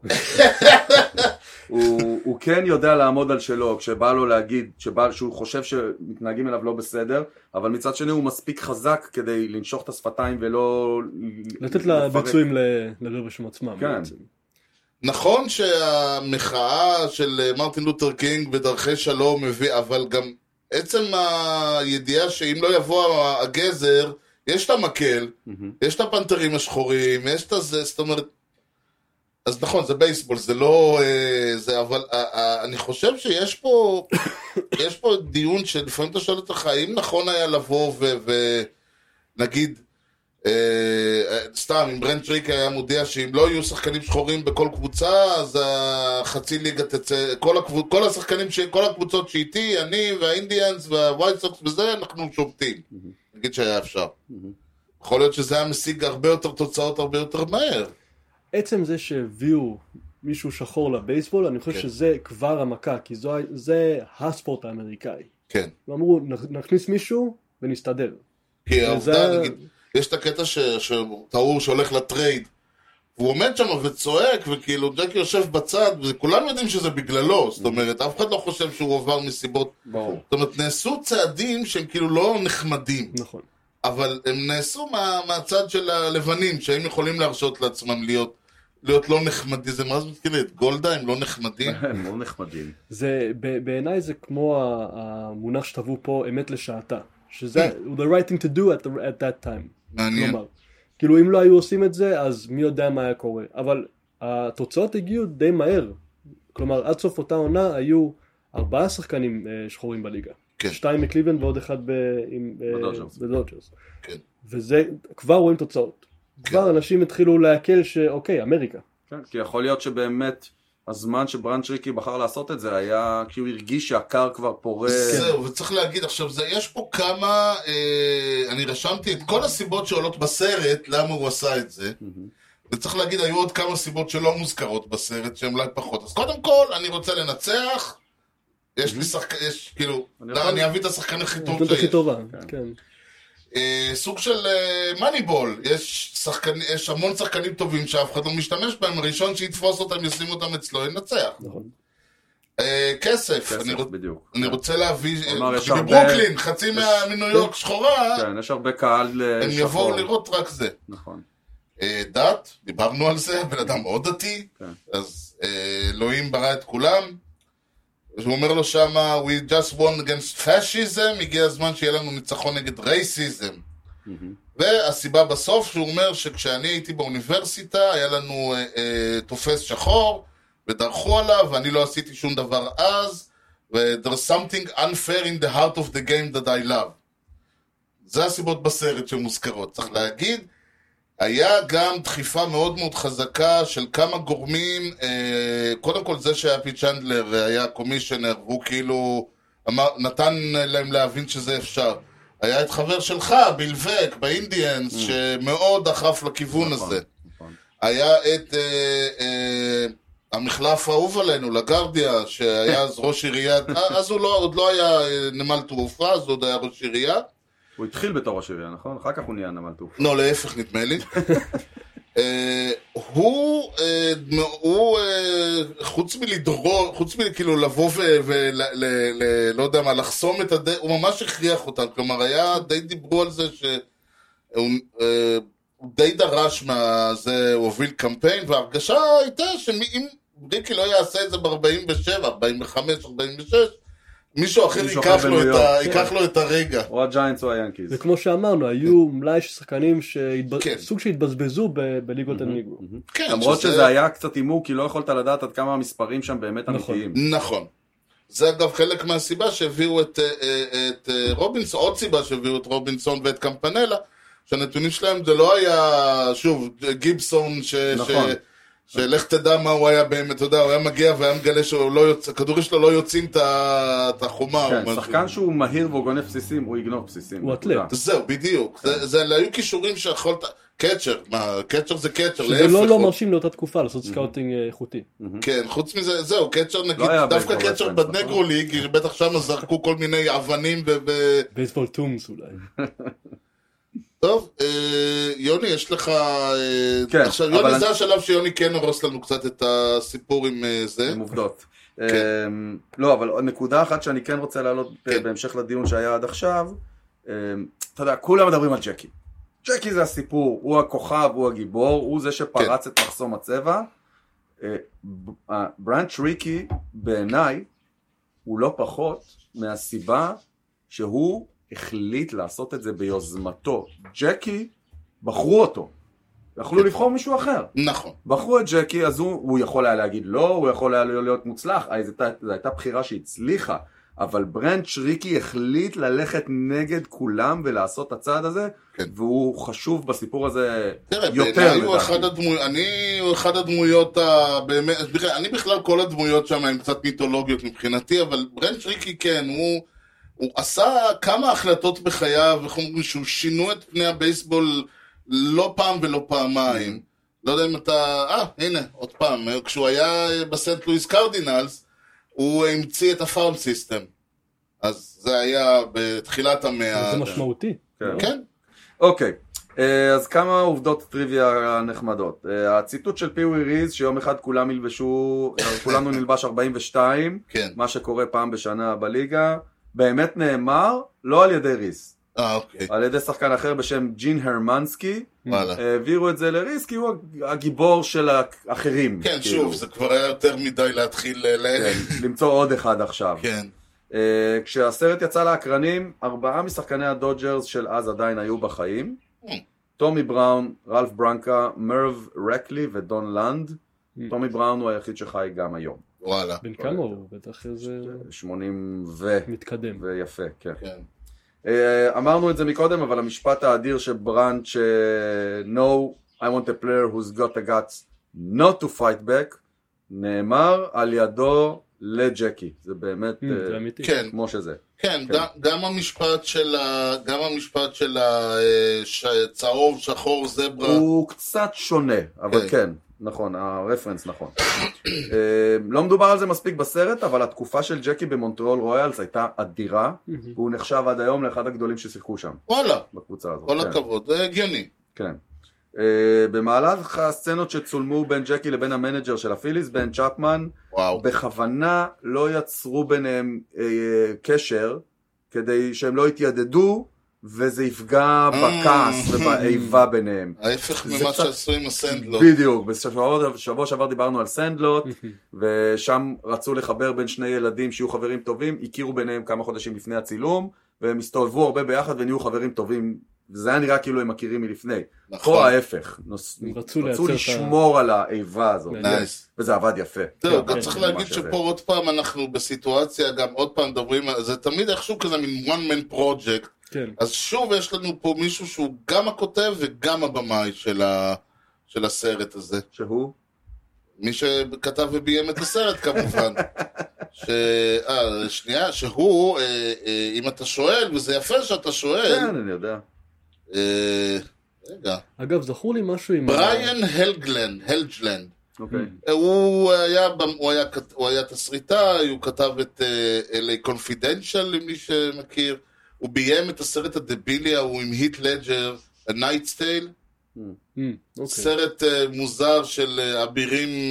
הוא, הוא כן יודע לעמוד על שלו, כשבא לו להגיד, שבא, שהוא חושב שמתנהגים אליו לא בסדר, אבל מצד שני הוא מספיק חזק כדי לנשוך את השפתיים ולא... לתת לביצועים לדבר בשם עצמם. כן. נכון שהמחאה של מרטין לותר קינג בדרכי שלום מביא, אבל גם עצם הידיעה שאם לא יבוא הגזר, יש את המקל, mm-hmm. יש את הפנתרים השחורים, יש את זה, זאת אומרת, אז נכון, זה בייסבול, זה לא, זה, אבל אני חושב שיש פה, יש פה דיון שלפעמים אתה שואל אותך, האם נכון היה לבוא ונגיד, סתם, אם ברנט טריק היה מודיע שאם לא יהיו שחקנים שחורים בכל קבוצה, אז החצי ליגה תצא, כל, הקבוצ, כל השחקנים, כל הקבוצות שאיתי, אני והאינדיאנס והווייט סוקס וזה, אנחנו שובטים. נגיד שהיה אפשר. יכול להיות שזה היה משיג הרבה יותר תוצאות, הרבה יותר מהר. עצם זה שהביאו מישהו שחור לבייסבול, אני חושב שזה כבר המכה, כי זה הספורט האמריקאי. כן. ואמרו, נכניס מישהו ונסתדר. כי העובדה, נגיד, יש את הקטע שטאור שהולך לטרייד, והוא עומד שם וצועק, וכאילו ג'קי יושב בצד, וכולם יודעים שזה בגללו, זאת אומרת, אף אחד לא חושב שהוא עובר מסיבות. ברור. זאת אומרת, נעשו צעדים שהם כאילו לא נחמדים. נכון. אבל הם נעשו מה, מהצד של הלבנים, שהם יכולים להרשות לעצמם להיות, להיות לא נחמדים. זה מה זה מתחיל את גולדה, הם לא נחמדים? הם לא נחמדים. זה, בעיניי זה כמו המונח שטבעו פה, אמת לשעתה. שזה, the right thing to do at, the, at that time. מעניין. כלומר, כאילו אם לא היו עושים את זה, אז מי יודע מה היה קורה. אבל התוצאות הגיעו די מהר. כלומר, עד סוף אותה עונה היו ארבעה שחקנים שחורים בליגה. כן. שתיים מקליבלנד ועוד אחד בדודג'רס. כן. וזה, כבר רואים תוצאות. כן. כבר אנשים התחילו להקל שאוקיי, אמריקה. כן, כי יכול להיות שבאמת הזמן שברנט טריקי בחר לעשות את זה היה כי הוא הרגיש שהקר כבר פורה. זהו, וצריך להגיד עכשיו, זה, יש פה כמה, אה, אני רשמתי את כל הסיבות שעולות בסרט, למה הוא עשה את זה. Mm-hmm. וצריך להגיד, היו עוד כמה סיבות שלא מוזכרות בסרט, שהן אולי פחות. אז קודם כל, אני רוצה לנצח, יש לי שחקן, יש, כאילו, אני אביא את השחקן הכי טוב שיש. הכי טובה, כן. סוג של מניבול, יש המון שחקנים טובים שאף אחד לא משתמש בהם, הראשון שיתפוס אותם, ישים אותם אצלו, ינצח. נכון. כסף, אני רוצה להביא, בברוקלין, חצי מניו יורק שחורה, כן, יש הרבה קהל שחור. הם יבואו לראות רק זה. נכון. דת, דיברנו על זה, בן אדם מאוד דתי, אז אלוהים ברא את כולם, הוא אומר לו שמה, we just won against fascism, הגיע הזמן שיהיה לנו ניצחון נגד רייסיזם. Mm-hmm. והסיבה בסוף שהוא אומר שכשאני הייתי באוניברסיטה, היה לנו uh, uh, תופס שחור, ודרכו עליו, ואני לא עשיתי שום דבר אז, ו-there's something unfair in the heart of the game that I love. זה הסיבות בסרט שמוזכרות. צריך להגיד, היה גם דחיפה מאוד מאוד חזקה של כמה גורמים, אה, קודם כל זה שהפי צ'נדלר היה קומישיונר, הוא כאילו אמר, נתן להם להבין שזה אפשר. היה את חבר שלך, בילבק, באינדיאנס, mm. שמאוד דחף לכיוון נכון, הזה. נכון. היה את אה, אה, המחלף האהוב עלינו, לגרדיה, שהיה אז ראש עיריית, אז הוא לא, עוד לא היה נמל תעופה, אז עוד היה ראש עירייה. הוא התחיל בתור ראש עירייה, נכון? אחר כך הוא נהיה נמל תעופה. לא, להפך נדמה לי. הוא, הוא, חוץ מלדרור, חוץ מכאילו לבוא ולא יודע מה, לחסום את הדי, הוא ממש הכריח אותם, כלומר היה, די דיברו על זה שהוא די דרש מהזה, הוא הוביל קמפיין, וההרגשה הייתה שאם ריקי לא יעשה את זה ב-ארבעים ושבע, ארבעים וחמש, ארבעים ושש, מישהו אחר ייקח לו את הרגע. או הג'יינטס או היאנקיז. וכמו שאמרנו, היו מלאי של שחקנים סוג שהתבזבזו בליגות הניגו. למרות שזה היה קצת אימור, כי לא יכולת לדעת עד כמה המספרים שם באמת אמיתיים. נכון. זה אגב חלק מהסיבה שהביאו את רובינסון, עוד סיבה שהביאו את רובינסון ואת קמפנלה, שהנתונים שלהם זה לא היה, שוב, גיבסון ש... שלך תדע מה הוא היה באמת, אתה יודע, הוא היה מגיע והיה מגלה שהכדורים שלו לא יוצאים את החומה. כן, שחקן שהוא מהיר והוא גונב בסיסים, הוא יגנוב בסיסים. הוא אטלט. זהו, בדיוק. זה היו קישורים שיכולת, קצ'ר, מה, קצ'ר זה קצ'ר. שזה לא לא מרשים לאותה תקופה לעשות סקאוטינג איכותי. כן, חוץ מזה, זהו, קצ'ר נגיד, דווקא קצ'ר בנגרו ליג, בטח שם זרקו כל מיני אבנים ו... בייסבול טומס אולי. טוב, יוני, יש לך... עכשיו, יוני, זה השלב שיוני כן הרוס לנו קצת את הסיפור עם זה. עם עובדות. לא, אבל נקודה אחת שאני כן רוצה להעלות בהמשך לדיון שהיה עד עכשיו, אתה יודע, כולם מדברים על ג'קי. ג'קי זה הסיפור, הוא הכוכב, הוא הגיבור, הוא זה שפרץ את מחסום הצבע. ברנץ' ריקי, בעיניי, הוא לא פחות מהסיבה שהוא... החליט לעשות את זה ביוזמתו. ג'קי, בחרו אותו. יכלו לבחור מישהו אחר. נכון. בחרו את ג'קי, אז הוא, הוא יכול היה להגיד לא, הוא יכול היה להיות מוצלח. זו הייתה, הייתה בחירה שהצליחה. אבל ברנץ' ריקי החליט ללכת נגד כולם ולעשות את הצעד הזה, כן. והוא חשוב בסיפור הזה תראה, יותר. הוא אחד הדמו... אני הוא אחד הדמויות, באמת, אני בכלל כל הדמויות שם הן קצת מיתולוגיות מבחינתי, אבל ברנץ' ריקי כן, הוא... הוא עשה כמה החלטות בחייו, שהוא שינו את פני הבייסבול לא פעם ולא פעמיים. לא יודע אם אתה... אה, הנה, עוד פעם. כשהוא היה בסנט לואיס קרדינלס, הוא המציא את הפארם סיסטם. אז זה היה בתחילת המאה. זה משמעותי. כן. אוקיי. אז כמה עובדות טריוויה נחמדות. הציטוט של פיווי ריז, שיום אחד כולם ילבשו, כולנו נלבש ארבעים ושתיים, מה שקורה פעם בשנה בליגה. באמת נאמר, לא על ידי ריס. אה, אוקיי. על ידי שחקן אחר בשם ג'ין הרמנסקי. העבירו את זה לריס, כי הוא הגיבור של האחרים. כן, שוב, זה כבר היה יותר מדי להתחיל למצוא עוד אחד עכשיו. כן. כשהסרט יצא להקרנים, ארבעה משחקני הדודג'רס של אז עדיין היו בחיים. טומי בראון, רלף ברנקה, מרב רקלי ודון לנד. טומי בראון הוא היחיד שחי גם היום. וואלה. בין כמה הוא? בטח איזה... שמונים ו... מתקדם. ויפה, כן. אמרנו את זה מקודם, אבל המשפט האדיר שבראנץ' No, I want a player who's got the guts not to fight back, נאמר על ידו לג'קי. זה באמת כמו שזה. כן, גם המשפט של גם המשפט של הצהוב, שחור, זברה. הוא קצת שונה, אבל כן. נכון, הרפרנס נכון. לא מדובר על זה מספיק בסרט, אבל התקופה של ג'קי במונטריאול רויאלס הייתה אדירה, והוא נחשב עד היום לאחד הגדולים ששיחקו שם. וואלה. בקבוצה הזאת. כל הכבוד, זה הגיוני. כן. במהלך הסצנות שצולמו בין ג'קי לבין המנג'ר של הפיליס, בן צ'פמן, בכוונה לא יצרו ביניהם קשר, כדי שהם לא יתיידדו, וזה יפגע בכעס ובאיבה ביניהם. ההפך ממה שעשו עם הסנדלוט. בדיוק, בשבוע שעבר דיברנו על סנדלוט, ושם רצו לחבר בין שני ילדים שיהיו חברים טובים, הכירו ביניהם כמה חודשים לפני הצילום, והם הסתובבו הרבה ביחד ונהיו חברים טובים, וזה היה נראה כאילו הם מכירים מלפני. פה ההפך, רצו לשמור על האיבה הזאת, וזה עבד יפה. זהו, גם צריך להגיד שפה עוד פעם אנחנו בסיטואציה, גם עוד פעם מדברים, זה תמיד איכשהו כזה מין one man project, כן. אז שוב יש לנו פה מישהו שהוא גם הכותב וגם הבמאי של, ה... של הסרט הזה. שהוא? מי שכתב וביים את הסרט כמובן. ש... אה, שנייה, שהוא, אה, אה, אם אתה שואל, וזה יפה שאתה שואל. כן, אני יודע. אה, רגע. אגב, זכור לי משהו עם... בריאן הלגלנד, הלג'לנד. אוקיי. הוא היה, הוא היה, הוא היה תסריטאי, הוא כתב את אל איי Confidential, למי שמכיר. הוא ביים את הסרט הדבילי, הוא עם היט לג'ר, A Knight's Tale. סרט מוזר של אבירים,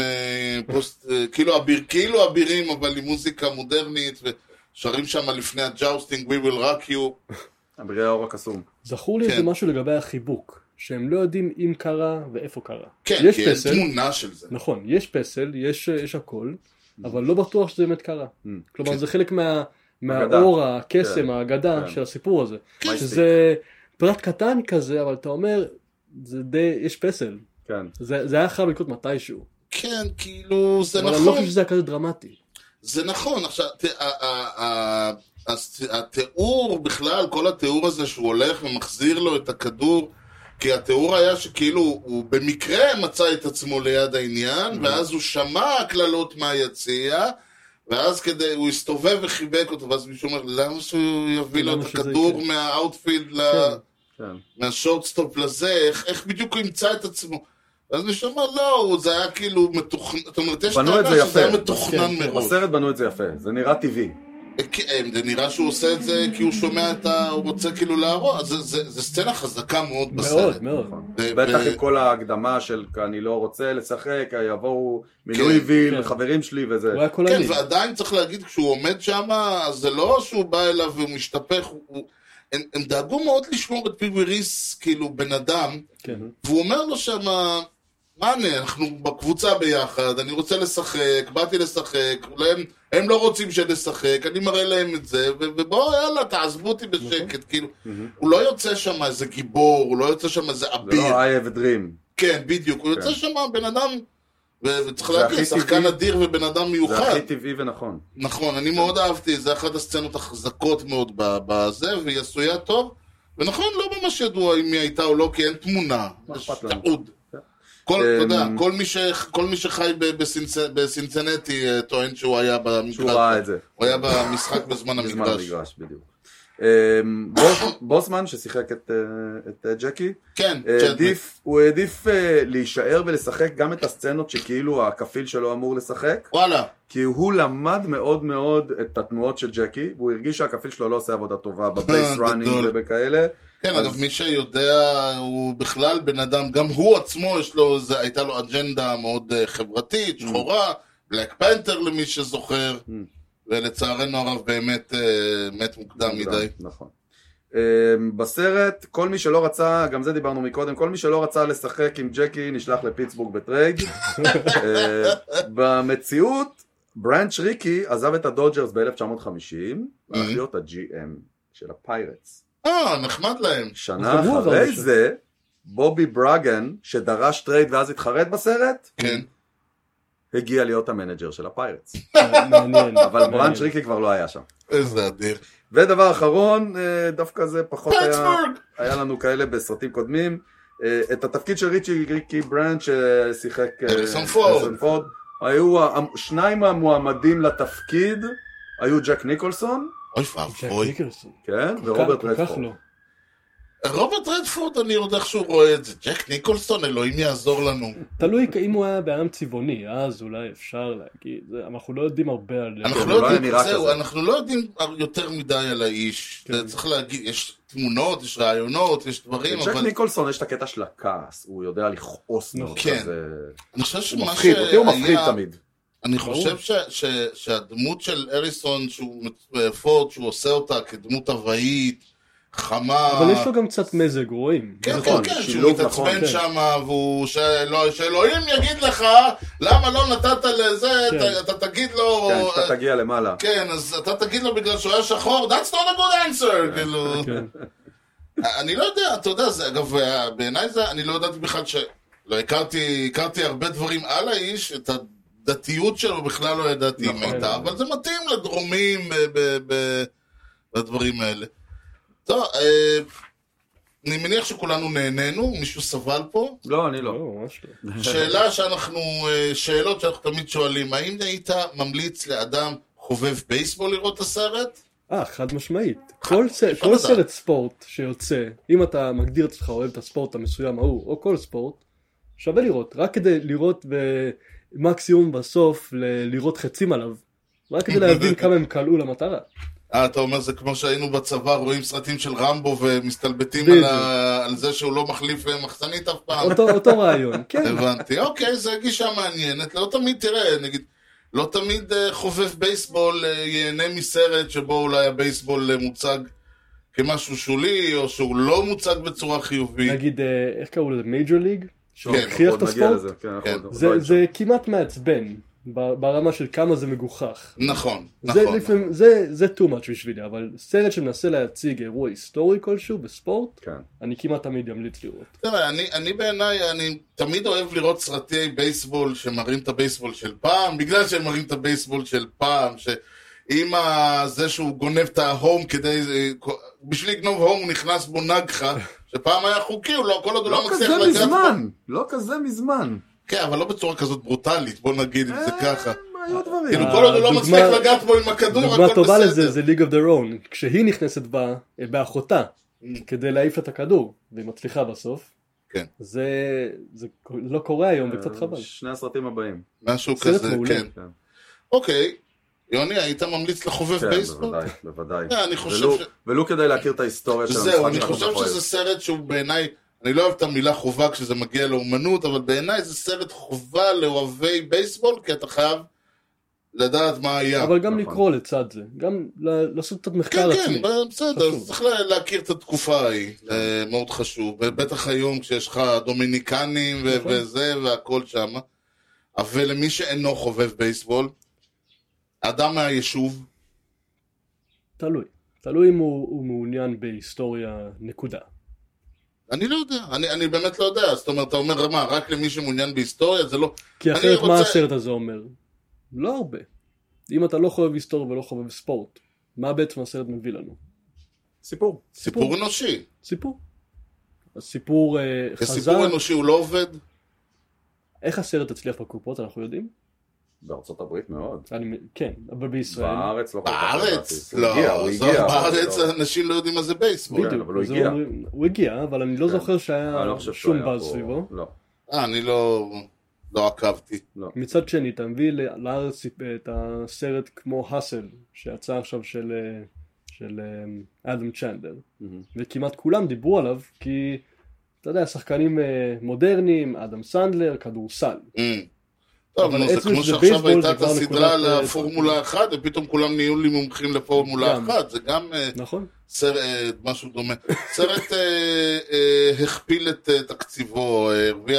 כאילו אבירים, אבל עם מוזיקה מודרנית, ושרים שם לפני הג'אוסטינג, We will rock you. אבירי האור הקסום. זכור לי איזה משהו לגבי החיבוק, שהם לא יודעים אם קרה ואיפה קרה. כן, כי אין תמונה של זה. נכון, יש פסל, יש הכל, אבל לא בטוח שזה באמת קרה. כלומר, זה חלק מהאור, הקסם, האגדה של הסיפור הזה. שזה פרט קטן כזה, אבל אתה אומר, זה די, יש פסל. כן. זה היה חייב לקרות מתישהו. כן, כאילו, זה נכון. אבל אני לא חושב שזה היה כזה דרמטי. זה נכון, עכשיו, התיאור בכלל, כל התיאור הזה שהוא הולך ומחזיר לו את הכדור, כי התיאור היה שכאילו הוא במקרה מצא את עצמו ליד העניין, ואז הוא שמע הקללות מהיציע, ואז כדי, הוא הסתובב וחיבק אותו, ואז מישהו אומר, למה שהוא יביא לו את הכדור מהאוטפילד, מהשורטסטופ לזה, איך בדיוק הוא ימצא את עצמו? ואז מישהו אומר, לא, זה היה כאילו מתוכנן, זאת אומרת, יש טענה שזה היה מתוכנן מראש. בסרט בנו את זה יפה, זה נראה טבעי. זה נראה שהוא עושה את זה כי הוא שומע את ה... הוא רוצה כאילו להראות, זה סצנה חזקה מאוד בסרט. מאוד, מאוד. בטח עם כל ההקדמה של אני לא רוצה לשחק, יבואו מלואיביל, חברים שלי וזה. כן, ועדיין צריך להגיד, כשהוא עומד שם, אז זה לא שהוא בא אליו והוא משתפך, הם דאגו מאוד לשמור את פיבי ריס, כאילו בן אדם, והוא אומר לו שם, מה אני, אנחנו בקבוצה ביחד, אני רוצה לשחק, באתי לשחק, הם, הם לא רוצים שנשחק, אני מראה להם את זה, ובואו יאללה, תעזבו אותי בשקט, כאילו, הוא לא יוצא שם איזה גיבור, הוא לא יוצא שם איזה אביר. זה לא I have a dream. כן, בדיוק, הוא יוצא שם בן אדם, וצריך להגיד, שחקן אדיר ובן אדם מיוחד. זה הכי טבעי ונכון. נכון, אני מאוד אהבתי, זה אחת הסצנות החזקות מאוד בזה, והיא עשויה טוב, ונכון, לא ממש ידוע אם היא הייתה או לא, כי אין תמונה, יש תעוד. כל, אתה יודע, כל מי ש, כל מי שחי בסינסנטי טוען שהוא היה במגרש. שהוא ראה את זה. הוא היה במשחק בזמן המגרש. בזמן המגרש, בדיוק. בוסמן ששיחק את, את ג'קי, כן, העדיף, הוא העדיף להישאר ולשחק גם את הסצנות שכאילו הכפיל שלו אמור לשחק. וואלה. כי הוא למד מאוד מאוד את התנועות של ג'קי, והוא הרגיש שהכפיל שלו לא עושה עבודה טובה בבייס ראנינג ובכאלה. כן, אז... אגב, מי שיודע, הוא בכלל בן אדם, גם הוא עצמו, יש לו, זה, הייתה לו אג'נדה מאוד uh, חברתית, שחורה, בלק פנתר למי שזוכר, mm. ולצערנו הרב באמת uh, מת מוקדם מוקדם מדי. נכון. Uh, בסרט, כל מי שלא רצה, גם זה דיברנו מקודם, כל מי שלא רצה לשחק עם ג'קי נשלח לפיטסבורג בטרייד. uh, במציאות, ברנץ' ריקי עזב את הדודג'רס ב-אלף תשע מאות וחמישים, והלך להיות ה-ג'י אם של הפיירטס. אה, נחמד להם. שנה אחרי זה, בובי ברגן, שדרש טרייד ואז התחרט בסרט, כן. הגיע להיות המנג'ר של הפיירטס. אבל ברנץ' ריקי כבר לא היה שם. איזה אדיר. ודבר אחרון, דווקא זה פחות היה, היה לנו כאלה בסרטים קודמים, את התפקיד של ריצ'י ריקי ברנץ' ששיחק הריסון פורד. היו שניים המועמדים לתפקיד, היו ג'ק ניקולסון, אוי ואבוי. כן, ורוברט רדפורד. רוברט רדפורד, אני יודע איך שהוא רואה את זה. ג'ק ניקולסון, אלוהים יעזור לנו. תלוי אם הוא היה בעם צבעוני, אז אולי אפשר להגיד, אנחנו לא יודעים הרבה על... אנחנו לא יודעים יותר מדי על האיש. צריך להגיד, יש תמונות, יש רעיונות, יש דברים, אבל... ג'ק ניקולסון יש את הקטע של הכעס, הוא יודע לכעוס מאוד. כן. אני חושב שמה שהיה... אותי הוא מפחיד תמיד. אני חושב ש, ש, שהדמות של אריסון, שהוא פורד, שהוא עושה אותה כדמות הוואית, חמה... אבל יש לו גם קצת מזג, רואים. כן, כן, כן, שהוא מתעצבן שם, והוא, שאלוהים יגיד לך, למה לא נתת לזה, אתה תגיד לו... כן, שאתה תגיע למעלה. כן, אז אתה תגיד לו בגלל שהוא היה שחור, that's not a good answer, כאילו... אני לא יודע, אתה יודע, אגב, בעיניי זה, אני לא יודעתי בכלל ש... לא, הכרתי, הכרתי הרבה דברים על האיש, את ה... דתיות שלו בכלל לא ידעתי אם הייתה, אבל זה מתאים לדרומים בדברים האלה. טוב, אני מניח שכולנו נהנינו, מישהו סבל פה? לא, אני לא. שאלה שאנחנו, שאלות שאנחנו תמיד שואלים, האם היית ממליץ לאדם חובב בייסבול לראות את הסרט? אה, חד משמעית. כל סרט ספורט שיוצא, אם אתה מגדיר את עצמך אוהב את הספורט המסוים ההוא, או כל ספורט, שווה לראות, רק כדי לראות ו... מקסימום בסוף ל- לראות חצים עליו, רק כדי להבין כמה הם קלעו למטרה. אה, אתה אומר, זה כמו שהיינו בצבא, רואים סרטים של רמבו ומסתלבטים על, ה... על זה שהוא לא מחליף מחסנית אף פעם. אותו, אותו רעיון, כן. הבנתי, אוקיי, זה גישה מעניינת. לא תמיד, תראה, נגיד, לא תמיד חובב בייסבול ייהנה מסרט שבו אולי הבייסבול מוצג כמשהו שולי, או שהוא לא מוצג בצורה חיובית. נגיד, איך קראו לזה? מייג'ור ליג? כן, הכריח את הספורט? כן. זה, זה כמעט מעצבן. ברמה של כמה זה מגוחך. נכון, זה נכון. לפעמים, זה, זה too much בשבילי, אבל סרט שמנסה להציג אירוע היסטורי כלשהו בספורט, כן. אני כמעט תמיד אמליץ לראות. תראה, אני, אני בעיניי, אני תמיד אוהב לראות סרטי בייסבול שמראים את הבייסבול של פעם, בגלל שהם מראים את הבייסבול של פעם, שאם זה שהוא גונב את ההום כדי, בשביל לגנוב הום הוא נכנס בו נגחה, שפעם היה חוקי, הוא לא, כל עוד הוא לא מצליח לגעת. לא כזה מזמן, לא כזה מזמן. כן, אבל לא בצורה כזאת ברוטלית, בוא נגיד אם זה ככה. היו דברים. כאילו כל עוד הוא לא מצליח לגעת בו עם הכדור, הכל בסדר. דוגמה טובה לזה זה League of their own, כשהיא נכנסת באחותה, כדי להעיף את הכדור, והיא מצליחה בסוף. כן. זה לא קורה היום, וקצת חבל. שני הסרטים הבאים. משהו כזה, כן. אוקיי. יוני, היית ממליץ לחובב בייסבול? כן, בוודאי, בוודאי. אני חושב ש... ולו כדי להכיר את ההיסטוריה של המשחק. זהו, אני חושב שזה סרט שהוא בעיניי, אני לא אוהב את המילה חובה כשזה מגיע לאומנות, אבל בעיניי זה סרט חובה לאוהבי בייסבול, כי אתה חייב לדעת מה היה. אבל גם לקרוא לצד זה, גם לעשות קצת מחקר עצמי. כן, כן, בסדר, צריך להכיר את התקופה ההיא, מאוד חשוב. ובטח היום כשיש לך דומיניקנים וזה והכל שם. אבל למי שאינו חובב בייסבול, אדם מהיישוב? תלוי. תלוי אם הוא, הוא מעוניין בהיסטוריה נקודה. אני לא יודע, אני, אני באמת לא יודע. זאת אומרת, אתה אומר, מה, רק למי שמעוניין בהיסטוריה? זה לא... כי אחרת רוצה... מה הסרט הזה אומר? לא הרבה. אם אתה לא חובב היסטוריה ולא חובב ספורט, מה בעצם הסרט מביא לנו? סיפור. סיפור, סיפור אנושי. סיפור. הסיפור uh, חזר... הסיפור אנושי הוא לא עובד? איך הסרט הצליח בקופות, אנחנו יודעים? בארצות הברית מאוד. אני, כן, אבל בישראל. בארץ לא. בארץ? לא, הוא הגיע, הוא הגיע, בארץ לא. אנשים לא יודעים מה זה בייסבול. בדיוק, אבל הוא הגיע. הוא הגיע, אבל אני לא כן. זוכר שהיה לא שום באז סביבו. לא. אה, אני לא, לא עקבתי. לא. מצד שני, אתה מביא לארץ את הסרט כמו הסל, שיצא עכשיו של, של אדם צ'נדלר. Mm-hmm. וכמעט כולם דיברו עליו, כי, אתה יודע, שחקנים מודרניים, אדם סנדלר, כדורסל. Mm. טוב, נו, זה כמו שעכשיו הייתה את הסדרה על הפורמולה אחת, ופתאום כולם נהיו לי מומחים לפורמולה אחת, זה גם משהו דומה. סרט הכפיל את תקציבו,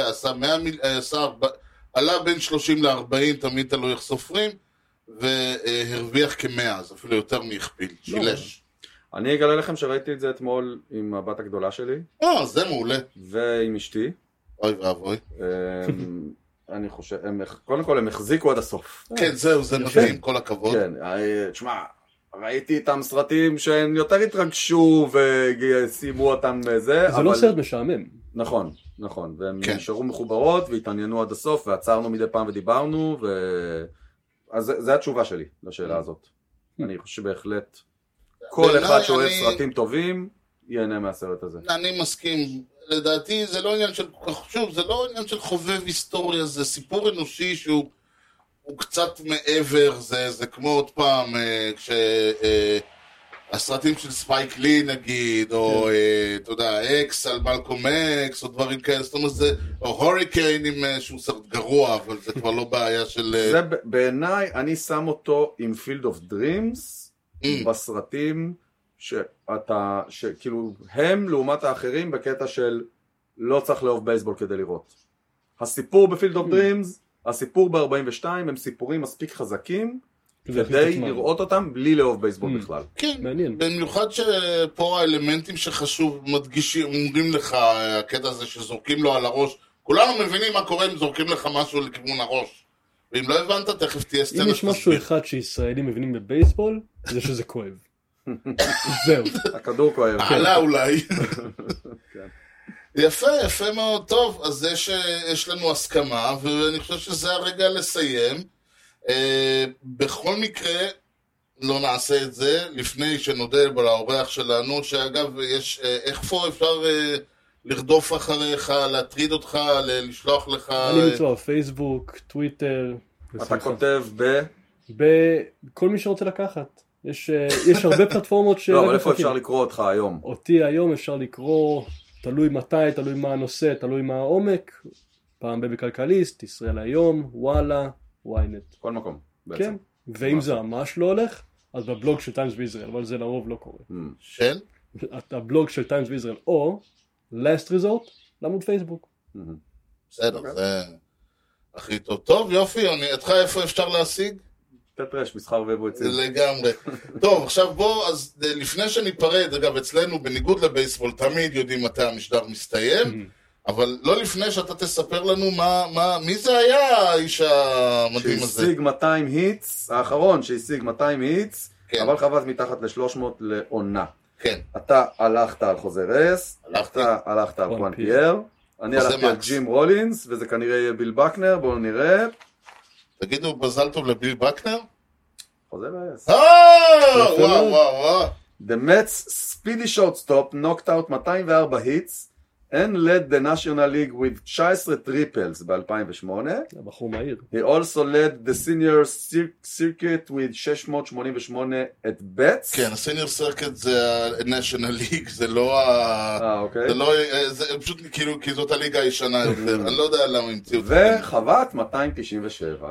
עלה בין שלושים לארבעים, תמיד תלוי איך סופרים, והרוויח כמאה, אז אפילו יותר מהכפיל, שילש. אני אגלה לכם שראיתי את זה אתמול עם הבת הגדולה שלי. אה, זה מעולה. ועם אשתי. אוי ואבוי. אני חושב, הם, קודם כל הם החזיקו עד הסוף. כן, זהו, זה מדהים, כל הכבוד. כן, תשמע, ראיתי איתם סרטים שהם יותר התרגשו ושימו אותם בזה. זה אבל... לא סרט משעמם. נכון, נכון, והם כן. נשארו מחוברות והתעניינו עד הסוף, ועצרנו מדי פעם ודיברנו, ו... אז זה, זה התשובה שלי לשאלה הזאת. אני חושב שבהחלט, כל אחד שאוהב אני... סרטים טובים, ייהנה מהסרט הזה. אני מסכים. לדעתי זה לא עניין של, שוב, זה לא עניין של חובב היסטוריה, זה סיפור אנושי שהוא הוא קצת מעבר, זה, זה כמו עוד פעם, כש... הסרטים של ספייק לי נגיד, או אתה יודע, אקס על מלקום אקס, או דברים כאלה, זאת אומרת זה, או הוריקיין עם שהוא סרט גרוע, אבל זה כבר לא בעיה של... זה בעיניי, אני שם אותו עם פילד אוף דרימס, בסרטים שאתה, שכאילו הם לעומת האחרים בקטע של לא צריך לאהוב בייסבול כדי לראות. הסיפור בפילד אוף דרימס, הסיפור ב-ארבעים ושתיים, הם סיפורים מספיק חזקים, כדי לראות אותם בלי לאהוב בייסבול בכלל. כן, במיוחד שפה האלמנטים שחשוב מדגישים, אומרים לך, הקטע הזה שזורקים לו על הראש, כולנו מבינים מה קורה אם זורקים לך משהו לכיוון הראש. ואם לא הבנת, תכף תהיה סצנה. אם יש משהו אחד שישראלים מבינים בבייסבול, זה שזה כואב. זהו. הכדור כואב. עלה אולי. יפה, יפה מאוד. טוב, אז יש לנו הסכמה, ואני חושב שזה הרגע לסיים. בכל מקרה, לא נעשה את זה, לפני שנודה בו לאורח שלנו, שאגב, יש, איך פה אפשר לרדוף אחריך, להטריד אותך, לשלוח לך... אני נמצא בפייסבוק, טוויטר. אתה כותב ב... בכל מי שרוצה לקחת. יש, יש הרבה פלטפורמות ש... לא, אבל איפה אפשר לקרוא אותך היום? אותי היום אפשר לקרוא, תלוי מתי, תלוי מה הנושא, תלוי מה העומק. פעם בבכלכליסט, ישראל היום, וואלה, וויינט. כל מקום, בעצם. כן, ואם זה ממש לא הולך, אז בבלוג של טיימס בישראל, אבל זה לרוב לא קורה. של? הבלוג של טיימס בישראל, או last resort, לעמוד פייסבוק. בסדר, זה הכי טוב. טוב, יופי, אותך איפה אפשר להשיג? תטרש, מסחר ובועצים. לגמרי. טוב, עכשיו בוא, אז לפני שניפרד, אגב, אצלנו, בניגוד לבייסבול, תמיד יודעים מתי המשדר מסתיים, אבל לא לפני שאתה תספר לנו מה, מה, מי זה היה האיש המדהים הזה? שהשיג מאתיים היטס, האחרון שהשיג מאתיים היטס, כן. אבל חבז מתחת ל-שלוש מאות לעונה. כן. אתה הלכת על חוזה רס, אתה הלכת על קואן פייר, אני הלכתי על ג'ים רולינס, וזה כנראה יהיה ביל בקנר, בואו נראה. תגידו, מזל טוב לביל בקנר? חוזה רס. וואו, וואו, וואו. The Mets speedy shortstop knocked out מאתיים וארבע hits, and led the National League with תשע עשרה טריפלס ב-אלפיים ושמונה. הבחור מהיר. He also led the senior circuit with שש מאות שמונים ושמונה at bats. כן, הסניור סירקט זה ה-National League, זה לא ה... אה, אוקיי. זה לא... זה פשוט כאילו, כי זאת הליגה הישנה יותר. אני לא יודע למה המציאו. וחוות מאתיים תשעים ושבע.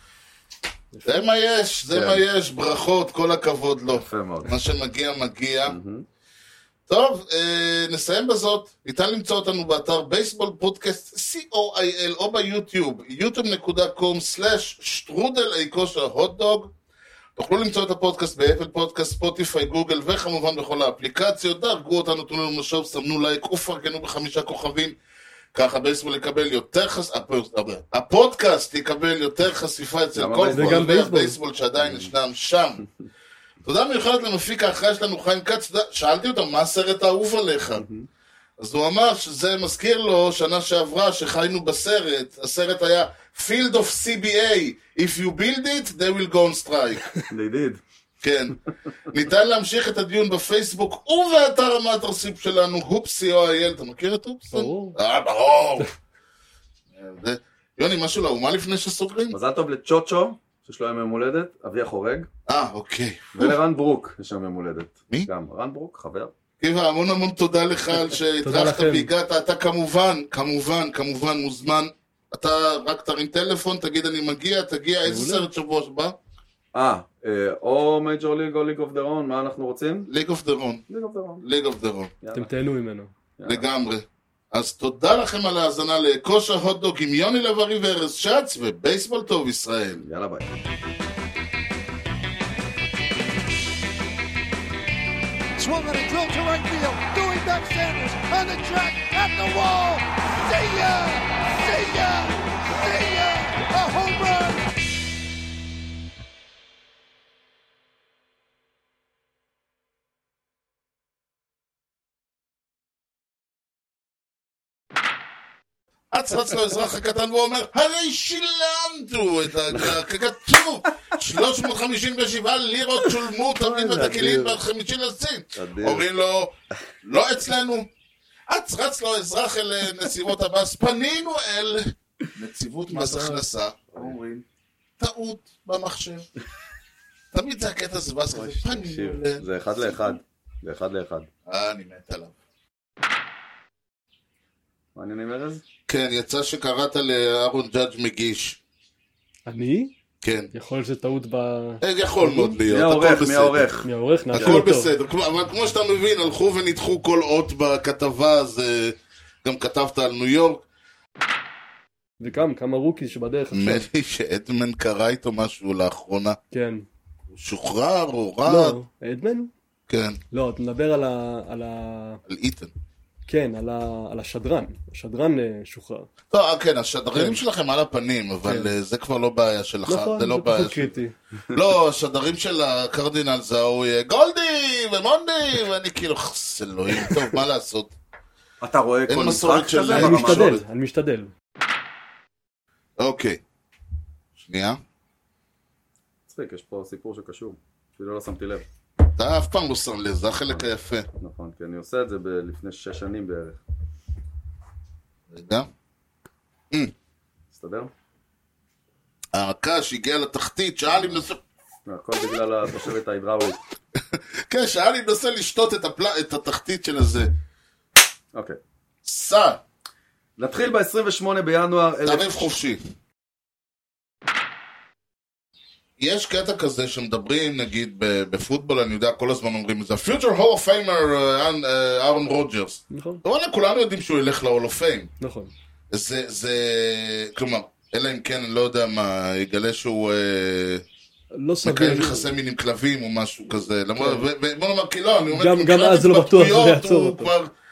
זה מה יש, זה מה יש. ברכות, כל הכבוד לו. יפה מאוד. מה שמגיע, מגיע. טוב, אה, נסיים בזאת. ניתן למצוא אותנו באתר בייסבול פודקאסט סי או איי אל או ביוטיוב, יוטיוב נקודה קום סלש שטרודל אי כושר הוטדוג. תוכלו למצוא את הפודקאסט באפל פודקאסט, ספוטיפיי, גוגל וכמובן בכל האפליקציות. דרגו אותנו, תנו לנו משוב, סמנו לייק ופרגנו בחמישה כוכבים. ככה בייסבול יקבל יותר חשיפה, הפודקאסט יקבל יותר חשיפה אצל כל חובבי הבייסבול שעדיין ישנם שם. תודה מיוחדת למפיק האחראי שלנו חיים כץ, שאלתי אותו מה הסרט האהוב עליך, אז הוא אמר שזה מזכיר לו שנה שעברה שחיינו בסרט, הסרט היה Field of סי בי איי, If you build it, they will go on strike. They did. כן. ניתן להמשיך את הדיון בפייסבוק ובאתר המאטרסיפ שלנו, הופסי או איי אל, אתה מכיר את הופסי? ברור. אה, ברור. יוני, משהו לאומה לפני שסוגרים? מזל טוב לצ'וצ'ו, שיש לו יום הולדת, אבי החורג. אה, אוקיי. ולרן ברוק, יש שם יום הולדת. מי? גם רן ברוק, חבר. קיבה, המון המון תודה לך על שהתרחת והגעת, אתה כמובן, כמובן, כמובן מוזמן, אתה רק תרים טלפון, תגיד אני מגיע, תגיע, איזה סרט שבוע שבא? אה, או מייג'ור ליג או ליג אוף דרון, מה אנחנו רוצים? ליג אוף דרון. ליג אוף דרון. ליג אוף דרון. אתם תהנו ממנו. לגמרי. אז תודה לכם על ההאזנה לכושר הוטדוג עם יוני לב-ארי וארז שץ ובייסבול טוב ישראל. יאללה ביי. Swung on a drill to right field. Doing back Sanders on the track at the wall. See ya! See ya! See ya! A home run! אץ רץ לאזרח הקטן והוא אומר, הרי שילמתו את הכתוב, שלוש מאות חמישים ושבע לירות שולמו, תמיד ותקילים בחמישי לסין. אומרים לו, לא אצלנו. אץ רץ לאזרח אל נציבות הבאס, פנינו אל נציבות מס הכנסה. אומרים, טעות במחשב. תמיד זה הקטע הזה באס כזה, פנינו אל... זה אחד לאחד. זה אחד לאחד. אה, אני מת עליו. מה העניינים ארז? כן, יצא שקראת לארון ג'אדג' מגיש. אני? כן. יכול שזה טעות ב... יכול מאוד להיות, מי העורך? מי העורך? מי העורך? הכל בסדר, אבל כמו שאתה מבין, הלכו וניתחו כל אות בכתבה, אז גם כתבת על ניו יורק. וגם כמה רוקיס שבדרך עכשיו. מלי שאדמן קרא איתו משהו לאחרונה. כן. הוא שוחרר או רד? לא, אדמן? כן. לא, אתה מדבר על ה... על איתן. כן, על, ה... על השדרן, השדרן שוחרר. טוב, כן, השדרים שלכם על הפנים, אבל זה כבר לא בעיה שלך, נכון, זה לא בעיה. פחות קריטי. לא, השדרים של הקרדינל זה הוא גולדי ומונדי, ואני כאילו, חס אלוהים, טוב, מה לעשות? אתה רואה כל משחק כזה? אני משתדל, אני משתדל. אוקיי. שנייה. צחיק, יש פה סיפור שקשור, שלא לא שמתי לב. אתה אף פעם לא שם לב, זה החלק היפה. נכון, כי אני עושה את זה לפני שש שנים בערך. רגע. תסתדר? הקש הגיע לתחתית, שאל אם נעשה... הכל בגלל התושבת ההידראולית. כן, שאני מנסה לשתות את התחתית של הזה. אוקיי. סע. נתחיל ב-עשרים ושמונה בינואר. תערב חופשי. יש קטע כזה שמדברים, נגיד, בפוטבול, אני יודע, כל הזמן אומרים את זה, Future Hall of Famer אהרון רוג'רס. נכון. אבל כולנו יודעים שהוא ילך ל-Hall of Fame. נכון. זה, זה, כלומר, אלא אם כן, אני לא יודע מה, יגלה שהוא לא סביר. מקיים יחסי מין עם כלבים או משהו כזה. בוא נאמר, כי לא, אני אומר, גם אז זה לא בטוח שזה יעצור אותו.